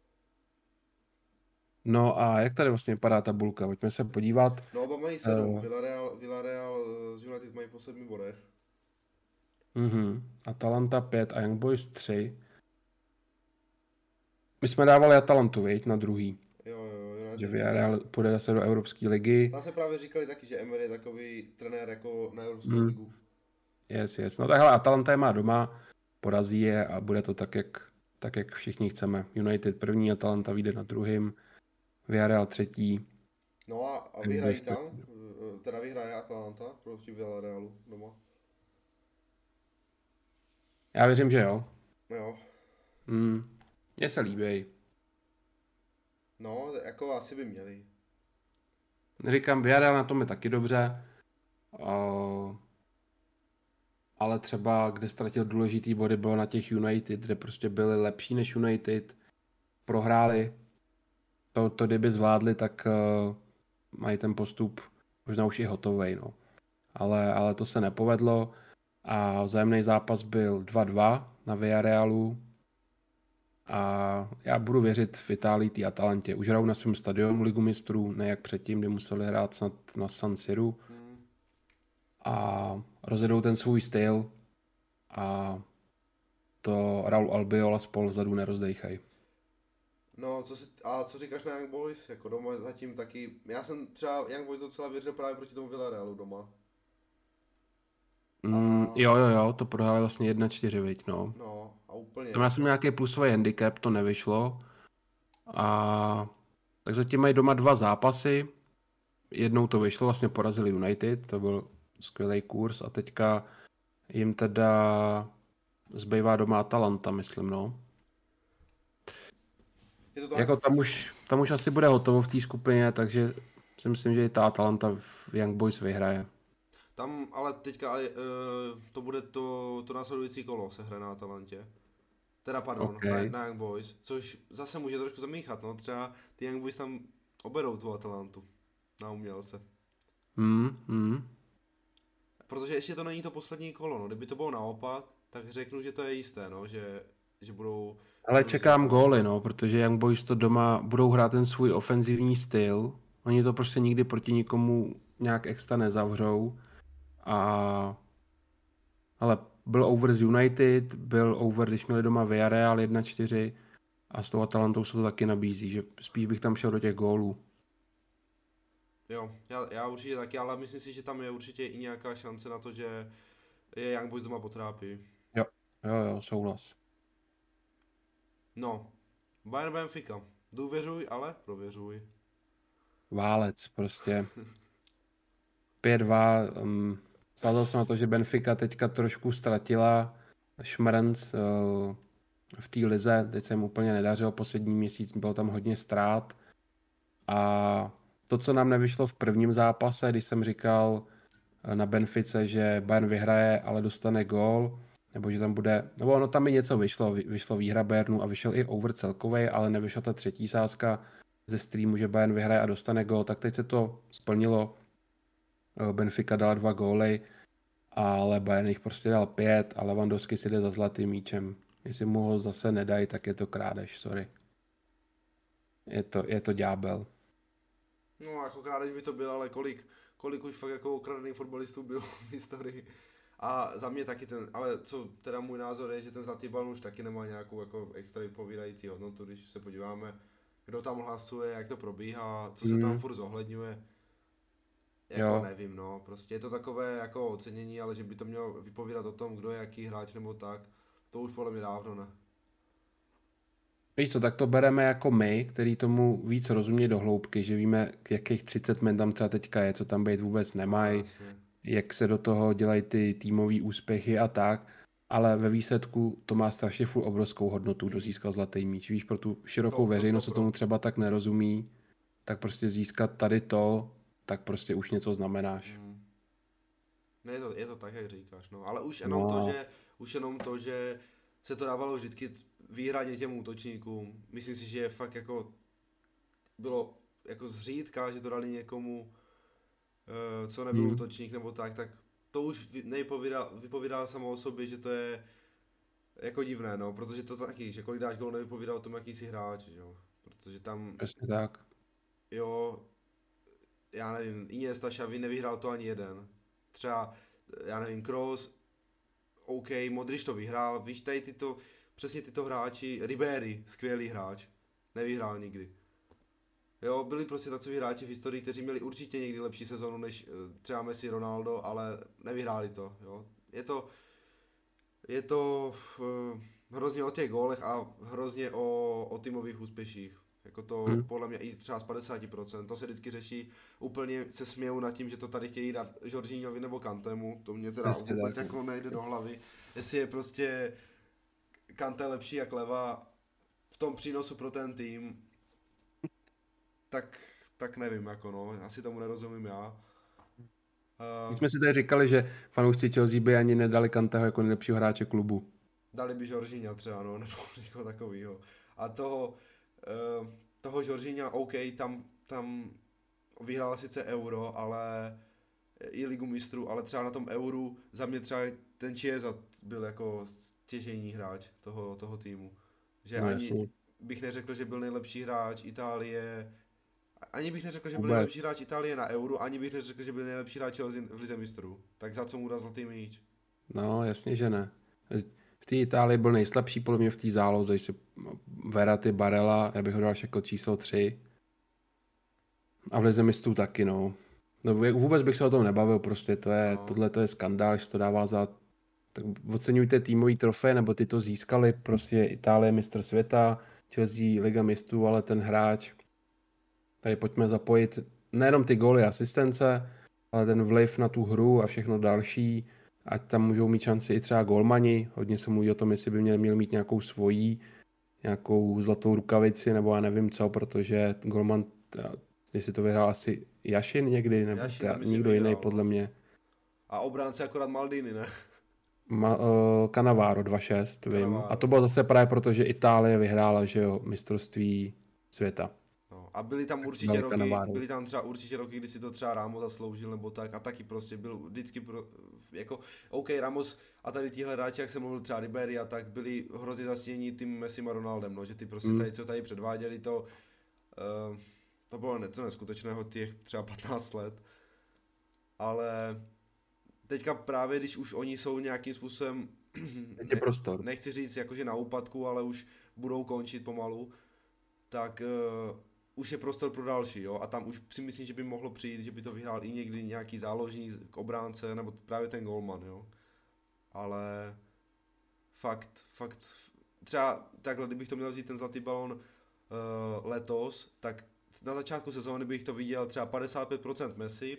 No a jak tady vlastně vypadá tabulka? Pojďme se podívat. No oba mají 7, Uh, Villarreal z United mají po 7 bodech. Atalanta 5 a Young Boys 3. My jsme dávali Atalantu, viď, na druhý. Jo, Že United mají. Villarreal půjde zase do Evropské ligy. Tam se právě říkali taky, že Emery je takový trenér jako na Evropskou Hmm. ligu. Yes. No takhle Atalanta je má doma, porazí je a bude to tak, jak všichni chceme. United první, Atalanta vyjde na druhým, Villarreal třetí. No a Young vyhrají Boys tam, čtvrtý. teda vyhraje Atalanta proti Villarrealu doma. Já věřím, že jo. Jo, Mně se líbí. no, jako asi by měli. Říkám, Villarreal na tom je taky dobře, ale třeba, kde ztratil důležitý body, bylo na těch United, kde prostě byli lepší než United, prohráli. To kdyby zvládli, tak mají ten postup možná už i hotovej, no. Ale to se nepovedlo a vzájemný zápas byl 2-2 na Villarrealu a já budu věřit v Itálii té Atalantě. Už hrajou na svém stadionu Ligu mistrů, ne jak předtím, kdy museli hrát snad na San Siru a rozjedou ten svůj styl a to Raul Albiol a spol vzadu nerozdejchají. No, co říkáš na Young Boys? Jako doma zatím taky, já jsem třeba Young Boys docela věřil právě proti tomu Villarealu doma. Jo, to prohráli vlastně 1-4, viď, no. No, a úplně. Tam já jsem nějaký plusový handicap, to nevyšlo. A tak zatím mají doma 2 zápasy. Jednou to vyšlo, vlastně porazili United, to byl skvělý kurz a teďka jim teda zbývá doma Atalanta, myslím, no. Je to tak? Jako tam už asi bude hotovo v té skupině, takže si myslím, že i ta Atalanta v Young Boys vyhraje. Tam ale teďka to bude to následující kolo se hraje na Atalantě. Teda pardon, Okay. na Young Boys, což zase může trošku zamíchat, no. Třeba ty Young Boys tam oberou tu Atalantu na umělce. Protože ještě to není to poslední kolo, no. Kdyby to bylo naopak, tak řeknu, že to je jisté, no, že budou... Ale budou čekám si góly, no, protože Young Boys to doma budou hrát ten svůj ofenzivní styl. Oni to prostě nikdy proti nikomu nějak extra nezavřou. Ale byl over z United, byl over, když měli doma Villarreal 1-4 a s tou Atalantou se to taky nabízí, že spíš bych tam šel do těch gólů. Jo, já určitě taky, ale myslím si, že tam je určitě i nějaká šance na to, že je Young Boys doma potrápí. Jo, souhlas. No, Bayern Benfica. Důvěřuj, ale prověřuj. Válec prostě. 5-2. Sázal jsem na to, že Benfica teďka trošku ztratila šmrnc v té lize. Teď se jim úplně nedařilo poslední měsíc, bylo tam hodně ztrát. A to, co nám nevyšlo v prvním zápase, když jsem říkal na Benfice, že Bayern vyhraje, ale dostane gól, nebo že tam bude, nebo ono tam i něco vyšlo výhra Bayernu a vyšel i over celkovej, ale nevyšla ta třetí sázka ze streamu, že Bayern vyhraje a dostane gól, tak teď se to splnilo. Benfica dala 2 góly, ale Bayern jich prostě dal 5 a Lewandowski si jde za zlatým míčem. Jestli mu ho zase nedají, tak je to krádež, sorry. Je to ďábel. No, jako krádež by to bylo, ale kolik už fakt jako okradených fotbalistů bylo v historii. A za mě taky ale co teda můj názor je, že ten zlatý balon už taky nemá nějakou jako extra vypovídající hodnotu, když se podíváme, kdo tam hlasuje, jak to probíhá, co se tam furt zohledňuje. Jako nevím, no, prostě je to takové jako ocenění, ale že by to mělo vypovídat o tom, kdo je jaký hráč nebo tak, to už podle mě dávno ne. Víš co, tak to bereme jako my, který tomu víc rozumí do hloubky, že víme, jakých 30 men tam třeba teďka je, co tam být vůbec nemají, jak se do toho dělají ty týmové úspěchy a tak, ale ve výsledku to má strašně furt obrovskou hodnotu, kdo získal zlatý míč. Víš, pro tu širokou veřejnost, co tomu třeba tak nerozumí, tak prostě získat tady to, tak prostě už něco znamenáš. Ne, je to tak, jak říkáš, no, ale už jenom to, že se to dávalo vždycky výhradně těm útočníkům. Myslím si, že fakt jako bylo jako zřídka, že to dali někomu, co nebyl útočník nebo tak to už vypovídá samo o sobě, že to je jako divné, no, protože to taky, že kolik dáš gól, nevypovídá o tom, jaký jsi hráč, že jo, protože tam, Přesně tak. jo, já nevím, Iniesta, Xavi, nevyhrál to ani jeden, třeba, já nevím, Kroos, OK, Modrič to vyhrál, víš, tady přesně tyto hráči, Ribéry, skvělý hráč, nevyhrál nikdy. Jo, byli prostě takoví hráči v historii, kteří měli určitě někdy lepší sezonu než třeba Messi, Ronaldo, ale nevyhráli to, jo. Je to hrozně o těch gólech a hrozně o týmových úspěších. Jako to podle mě i třeba z 50%. To se vždycky řeší, úplně se smějou nad tím, že to tady chtějí dát Jorginhovi nebo Kantemu. To mě teda Přesně vůbec tak. jako nejde do hlavy. Jestli je prostě Kanté lepší jak Leva v tom přínosu pro ten tým, tak nevím, jako no, asi tomu nerozumím já. My jsme si tady říkali, že fanoušci Chelsea by ani nedali Kanteho jako nejlepšího hráče klubu. Dali by Jorginha třeba, no, nebo někoho takového. A toho Jorginha, OK, tam vyhrál sice Euro, ale i Ligu mistrů, ale třeba na tom Euru za mě třeba ten Chiesa byl jako stěžejní hráč toho týmu. Že No, ani jasně. bych neřekl, že byl nejlepší hráč Itálie, ani bych neřekl, že byl Vůbec. nejlepší hráč Itálie na Euro, ani bych neřekl, že byl nejlepší hráč Chelsea v Lize mistrů. Tak za co mu dal zlatý míč? No, jasně, že ne. V té Itálii byl nejslabší podle mě v té záloze, že si Verratti, Barella, já bych ho dal jako číslo 3. A v Lize mistrů taky, no. No vůbec bych se o tom nebavil, prostě tohle to je skandál, že to dává za... Tak oceňujte týmový trofej, nebo ty to získali, prostě Itálie mistr světa, Chelsea Liga mistrů, ale ten hráč, tady pojďme zapojit nejenom ty góly a asistence, ale ten vliv na tu hru a všechno další, ať tam můžou mít šanci i třeba golmani, hodně se mluví o tom, jestli by měl mít nějakou svojí, nějakou zlatou rukavici, nebo já nevím co, protože golman, jestli to vyhrál asi Jašin někdy, nebo Jašin to myslím nikdo jiný vyhrál, podle no. mě. A obránce akorát Maldini, ne? Cannavaro 2-6, vím. Cannavaro. A to bylo zase právě proto, že Itálie vyhrála, že jo, mistrovství světa. No, a byly tam třeba určitě roky, kdy si to třeba Ramos zasloužil nebo tak a taky prostě byl vždycky jako OK, Ramos a tady tíhle hráči, jak jsem mluvil třeba Ribery a tak, byli hrozně zastěnění tím Messim a Ronaldem, no, že ty prostě tady, co tady předváděli, to bylo něco neskutečného těch třeba 15 let, ale teďka právě, když už oni jsou nějakým způsobem, prostor. nechci říct jakože na úpadku, ale už budou končit pomalu, tak už je prostor pro další, jo, a tam už si myslím, že by mohlo přijít, že by to vyhrál i někdy nějaký záložník k obránce, nebo právě ten golman, jo, ale fakt, třeba takhle, kdybych to měl vzít ten zlatý balón letos, tak na začátku sezóny bych to viděl třeba 55% Messi,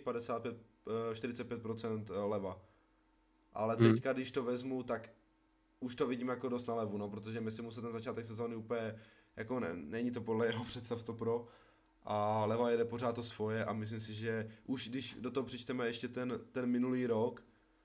45% Leva, ale teďka, když to vezmu, tak už to vidím jako dost na levu, no, protože Messi musel ten začátek sezóny úplně jako není to podle jeho představ 100%, a Leva jede pořád to svoje a myslím si, že už když do toho přičteme ještě ten minulý rok,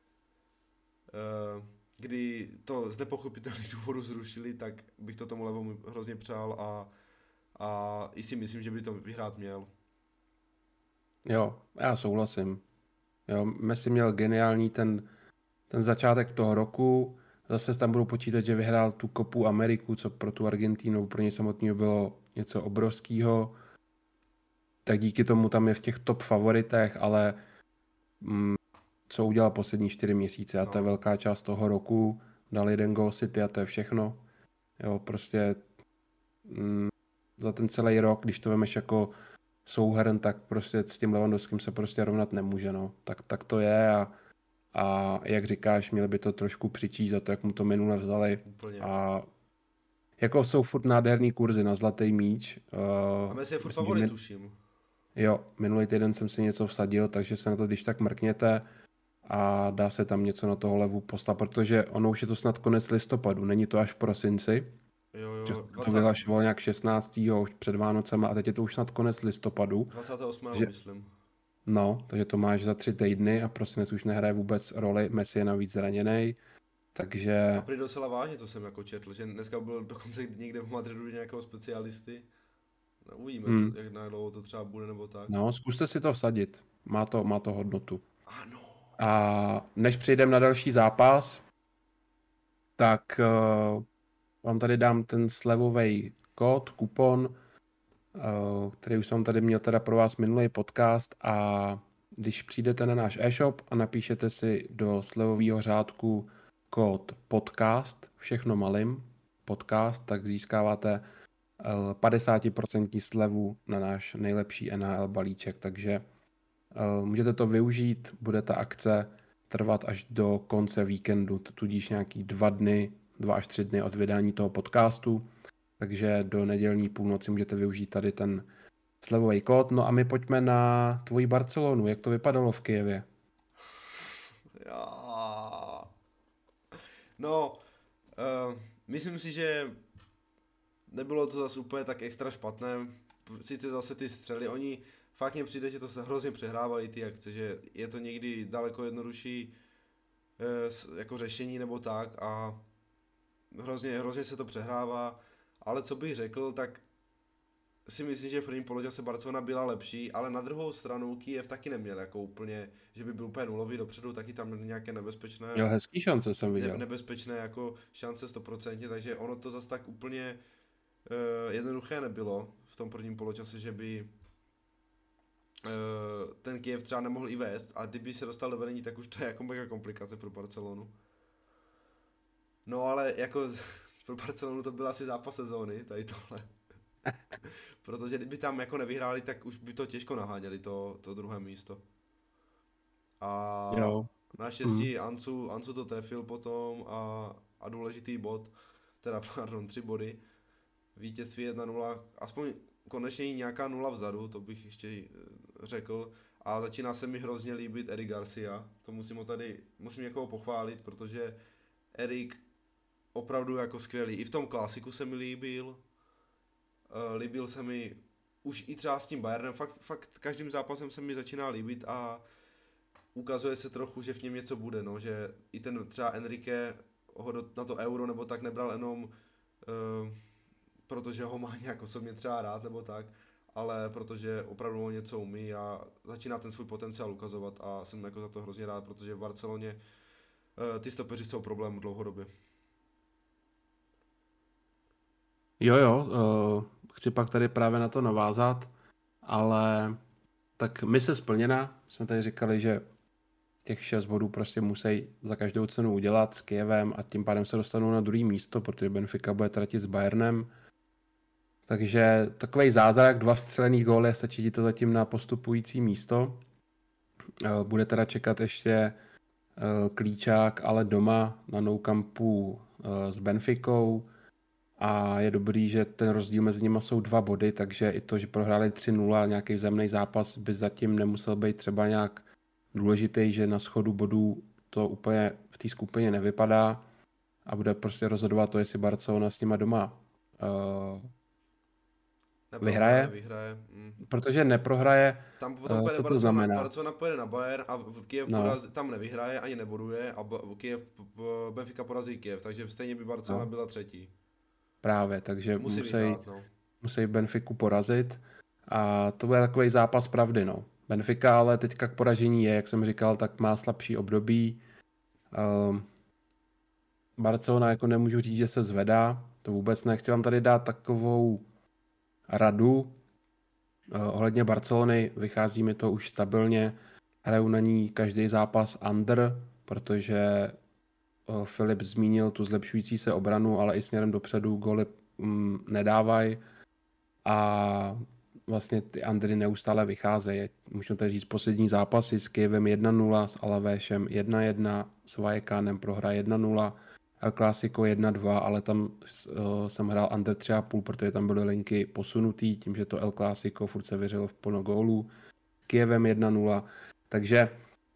kdy to z nepochopitelných důvodů zrušili, tak bych to tomu Levomu hrozně přál a i si myslím, že by to vyhrát měl. Jo, já souhlasím. Jo, Messi měl geniální ten začátek toho roku, zase tam budou počítat, že vyhrál tu Copu Ameriku, co pro tu Argentínu, pro ně samotného bylo něco obrovského. Tak díky tomu tam je v těch top favoritech, ale co udělal poslední 4 měsíce a to je velká část toho roku. Dal jeden gol City a to je všechno. Jo, prostě za ten celý rok, když to vemeš jako souhrn, tak prostě s tím Lewandowským se prostě rovnat nemůže, no. Tak to je a jak říkáš, měli by to trošku přičíst za to, jak mu to minule vzali. Úplně. A jako jsou furt nádherný kurzy na zlatý míč. A Messi je furt favorit, tuším. Jo, minulý týden jsem si něco vsadil, takže se na to když tak mrkněte a dá se tam něco na toho Levu poslat, protože ono už je to snad konec listopadu, není to až v prosinci. Jo, to vyhlašoval nějak 16. už před Vánocema a teď je to už snad konec listopadu. 28. myslím. No, takže to máš za 3 týdny a prosinec už nehraje vůbec roli, Messi je navíc zraněný, Takže A prý docela vážně, to jsem jako četl, že dneska byl dokonce někde v Madridu nějakého specialisty. No, uvidíme, co, hm, jak dlouho to třeba bude nebo tak. no, zkuste si to vsadit. Má to hodnotu. Ano. A než přejdeme na další zápas, tak vám tady dám ten slevový kód, kupon, který už jsem tady měl teda pro vás minulý podcast, a když přijdete na náš e-shop a napíšete si do slevového řádku kód podcast, všechno malým, podcast, tak získáváte 50% slevu na náš nejlepší NHL balíček, takže můžete to využít, bude ta akce trvat až do konce víkendu, tudíž nějaký 2 až 3 dny od vydání toho podcastu, takže do nedělní půlnoci můžete využít tady ten slevový kód. No a my pojďme na tvoji Barcelonu, jak to vypadalo v Kyjevě? Já. No, myslím si, že nebylo to zase úplně tak extra špatné. Sice zase ty střely, oni fakt mně přijde, že to se hrozně přehrávají ty akce, že je to někdy daleko jednodušší jako řešení nebo tak a hrozně se to přehrává, ale co bych řekl, tak si myslím, že v prvním poločase Barcelona byla lepší, ale na druhou stranu Kyjev taky neměl jako úplně, že by byl úplně nulový dopředu, taky tam měl nějaké nebezpečné, Měl hezký šance, jsem viděl. nebezpečné jako šance 100%, takže ono to zase tak úplně jednoduché nebylo v tom prvním poločase, že by ten Kyjev třeba nemohl i vést a kdyby se dostal do vedení, tak už to je jako mega komplikace pro Barcelonu. No ale jako pro Barcelonu to byl asi zápas sezóny, tady tohle. Protože kdyby tam jako nevyhráli, tak už by to těžko naháněli, to druhé místo. A Jo. naštěstí Ansu to trefil potom a důležitý bod, teda pardon, 3 body. Vítězství 1-0, aspoň konečně nějaká nula vzadu, to bych ještě řekl. A začíná se mi hrozně líbit Eric Garcia, to musím někoho pochválit, protože Eric opravdu jako skvělý. I v tom klasiku se mi líbil, líbil se mi už i třeba s tím Bayernem, fakt každým zápasem se mi začíná líbit a ukazuje se trochu, že v něm něco bude, no, že i ten třeba Enrique ho na to Euro nebo tak nebral jenom protože ho má nějak osobně třeba rád nebo tak, ale protože opravdu on něco umí a začíná ten svůj potenciál ukazovat a jsem jako za to hrozně rád, protože v Barceloně ty stopeři jsou problém dlouhodobě. Jo, chci pak tady právě na to navázat, ale tak mise splněna. Jsme tady říkali, že těch 6 bodů prostě musí za každou cenu udělat s Kyjevem a tím pádem se dostanou na druhé místo, protože Benfica bude tratit s Bayernem. Takže takovej zázrak, 2 vstřelených góly, stačí ti to zatím na postupující místo. Bude teda čekat ještě klíčák, ale doma na Nou Campu s Benficou. A je dobrý, že ten rozdíl mezi nimi jsou 2 body, takže i to, že prohráli 3-0, nějaký vzájemný zápas by zatím nemusel být třeba nějak důležitý, že na schodu bodů to úplně v té skupině nevypadá a bude prostě rozhodovat to, jestli Barcelona s nima doma vyhraje. Protože neprohraje, tam potom co to znamená? Barcelona pojede na Bayern a Kyjev tam nevyhraje ani neboduje a Benfica porazí Kyjev, takže stejně by Barcelona byla třetí. Právě, takže musí Benfiku porazit a to bude takový zápas pravdy, no. Benfica ale teďka k poražení je, jak jsem říkal, tak má slabší období. Barcelona jako nemůžu říct, že se zvedá, to vůbec nechci vám tady dát takovou radu. Ohledně Barcelony vychází mi to už stabilně, hraju na ní každý zápas under, protože Filip zmínil tu zlepšující se obranu, ale i směrem dopředu góly nedávají a vlastně ty undery neustále vycházejí. Můžu tady říct poslední zápasy s Kyjevem 1-0, s Alavéšem 1-1, s Vallecánem prohra 1-0, El Clásico 1-2, ale tam jsem hrál under 3,5, protože tam byly linky posunutý, tím, že to El Clásico furt se věřilo v plno gólů. S Kyjevem 1-0, takže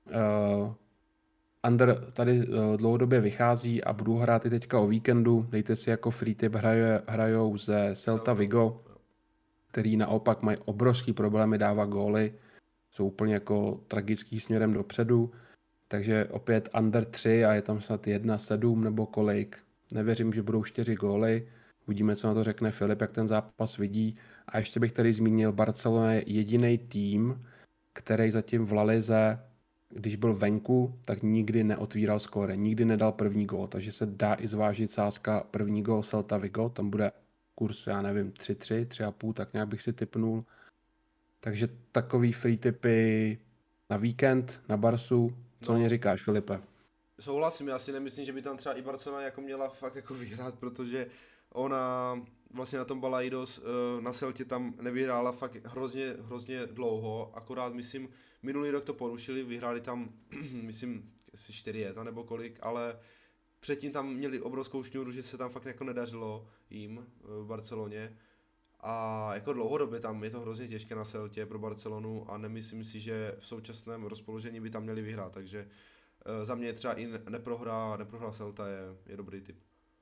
under tady dlouhodobě vychází a budu hrát i teďka o víkendu. Dejte si jako free tip, hrajou ze Celta Vigo, který naopak mají obrovský problémy dávat góly. Jsou úplně jako tragický směrem dopředu. Takže opět under 3 a je tam snad 1-7 nebo kolik. Nevěřím, že budou 4 góly. Uvidíme, co na to řekne Filip, jak ten zápas vidí. A ještě bych tady zmínil, Barcelona je jediný tým, který zatím v La Lize, když byl venku, tak nikdy neotvíral skóre, nikdy nedal první gól, takže se dá i zvážit sázka první gól Celta Vigo, tam bude kurz, já nevím, 3-3, 3,5, tak nějak bych si tipnul. Takže takový free tipy na víkend, na Barsu. Co No, mě říkáš, Filipe? souhlasím, já si nemyslím, že by tam třeba i Barcelona jako měla fakt jako vyhrát, protože ona vlastně na tom Balaidos na Celtě tam nevyhrála fakt hrozně dlouho, akorát myslím, minulý rok to porušili, vyhráli tam, myslím, asi 4-1 nebo kolik, ale předtím tam měli obrovskou šňůru, že se tam fakt jako nedařilo jim v Barceloně a jako dlouhodobě tam je to hrozně těžké na Celtě pro Barcelonu a nemyslím si, že v současném rozpoložení by tam měli vyhrát, takže za mě třeba i neprohra Celta je dobrý tip.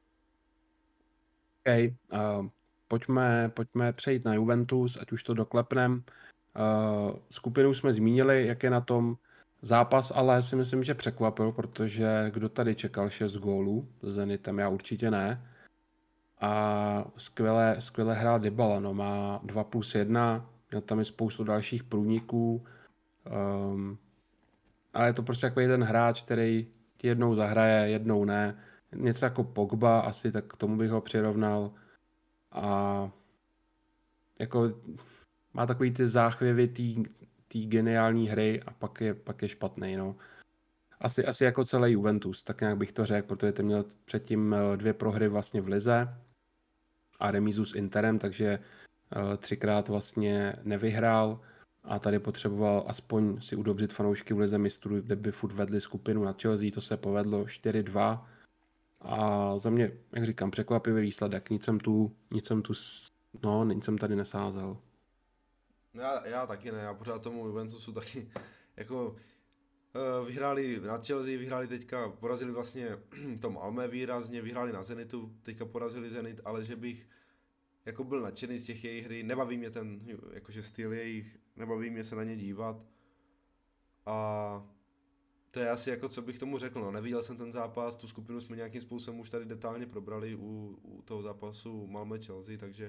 OK, pojďme přejít na Juventus, ať už to doklepnem. Skupinu jsme zmínili, jak je na tom zápas, ale si myslím, že překvapil, protože kdo tady čekal 6 gólů s Zenitem, já určitě ne. A skvěle hrál Dybala, no, má 2+1, měl tam i spoustu dalších průniků, ale je to prostě takový jeden hráč, který ti jednou zahraje, jednou ne. Něco jako Pogba asi, tak k tomu bych ho přirovnal. A jako má takový ty záchvěvy té geniální hry a pak je špatný, no. Asi jako celý Juventus, tak nějak bych to řekl, protože ten měl předtím 2 prohry vlastně v lize a remízu s Interem, takže 3krát vlastně nevyhrál a tady potřeboval aspoň si udobřit fanoušky v lize mistrů, kde by furt vedli skupinu na Chelsea, to se povedlo 4-2 a za mě, jak říkám, překvapivý výsledek, nic jsem tady nesázel. Já taky ne, já pořád tomu Juventusu taky jako vyhráli na Chelsea, vyhráli teďka, porazili vlastně tom Malmö výrazně, vyhráli na Zenitu, teďka porazili Zenit, ale že bych jako byl nadšený z těch jejich hry, nebaví mě ten jakože styl jejich, nebaví mě se na ně dívat a to je asi jako co bych tomu řekl, no neviděl jsem ten zápas, tu skupinu jsme nějakým způsobem už tady detailně probrali u toho zápasu Malmö Chelsea, takže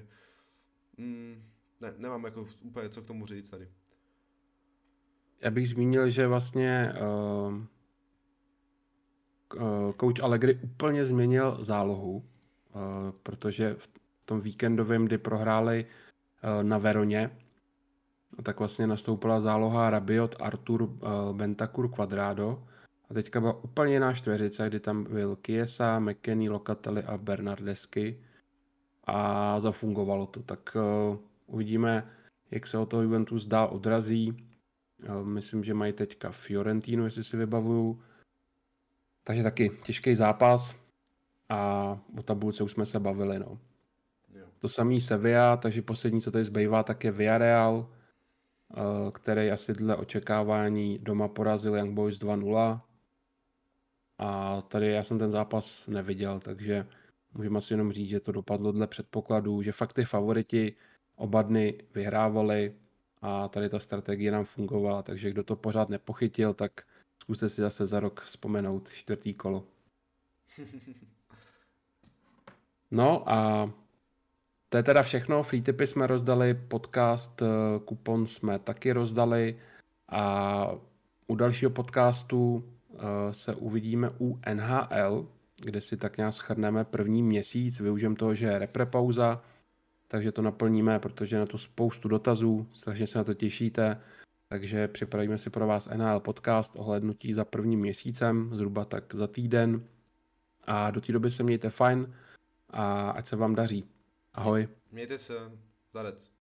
nemám jako úplně co k tomu říct tady. Já bych zmínil, že vlastně coach Allegri úplně změnil zálohu, protože v tom víkendovém, kdy prohráli na Veroně, tak vlastně nastoupila záloha Rabiot, Artur, Bentancur, Cuadrado a teďka byla úplně jiná čtveřice, kdy tam byl Chiesa, McKennie, Locatelli a Bernardeschi a zafungovalo to. Tak uvidíme, jak se o toho Juventus dál odrazí. Myslím, že mají teďka Fiorentinu, jestli si vybavuju. Takže taky těžký zápas a o tabulce už jsme se bavili. No. To samý Sevilla, takže poslední, co tady zbývá, tak je Villarreal, který asi dle očekávání doma porazil Young Boys 2-0. A tady já jsem ten zápas neviděl, takže můžeme asi jenom říct, že to dopadlo dle předpokladů, že fakt ty favoriti oba dny vyhrávali a tady ta strategie nám fungovala, takže kdo to pořád nepochytil, tak zkuste si zase za rok vzpomenout 4. kolo. No a to je teda všechno, free tipy jsme rozdali, podcast, kupon jsme taky rozdali a u dalšího podcastu se uvidíme u NHL, kde si tak nějak shrneme první měsíc, využijeme toho, že je reprepauza, takže to naplníme, protože na to spoustu dotazů, strašně se na to těšíte, takže připravíme si pro vás NHL podcast o hlédnutí za prvním měsícem, zhruba tak za týden a do té doby se mějte fajn a ať se vám daří. Ahoj. Mějte se, zdarec.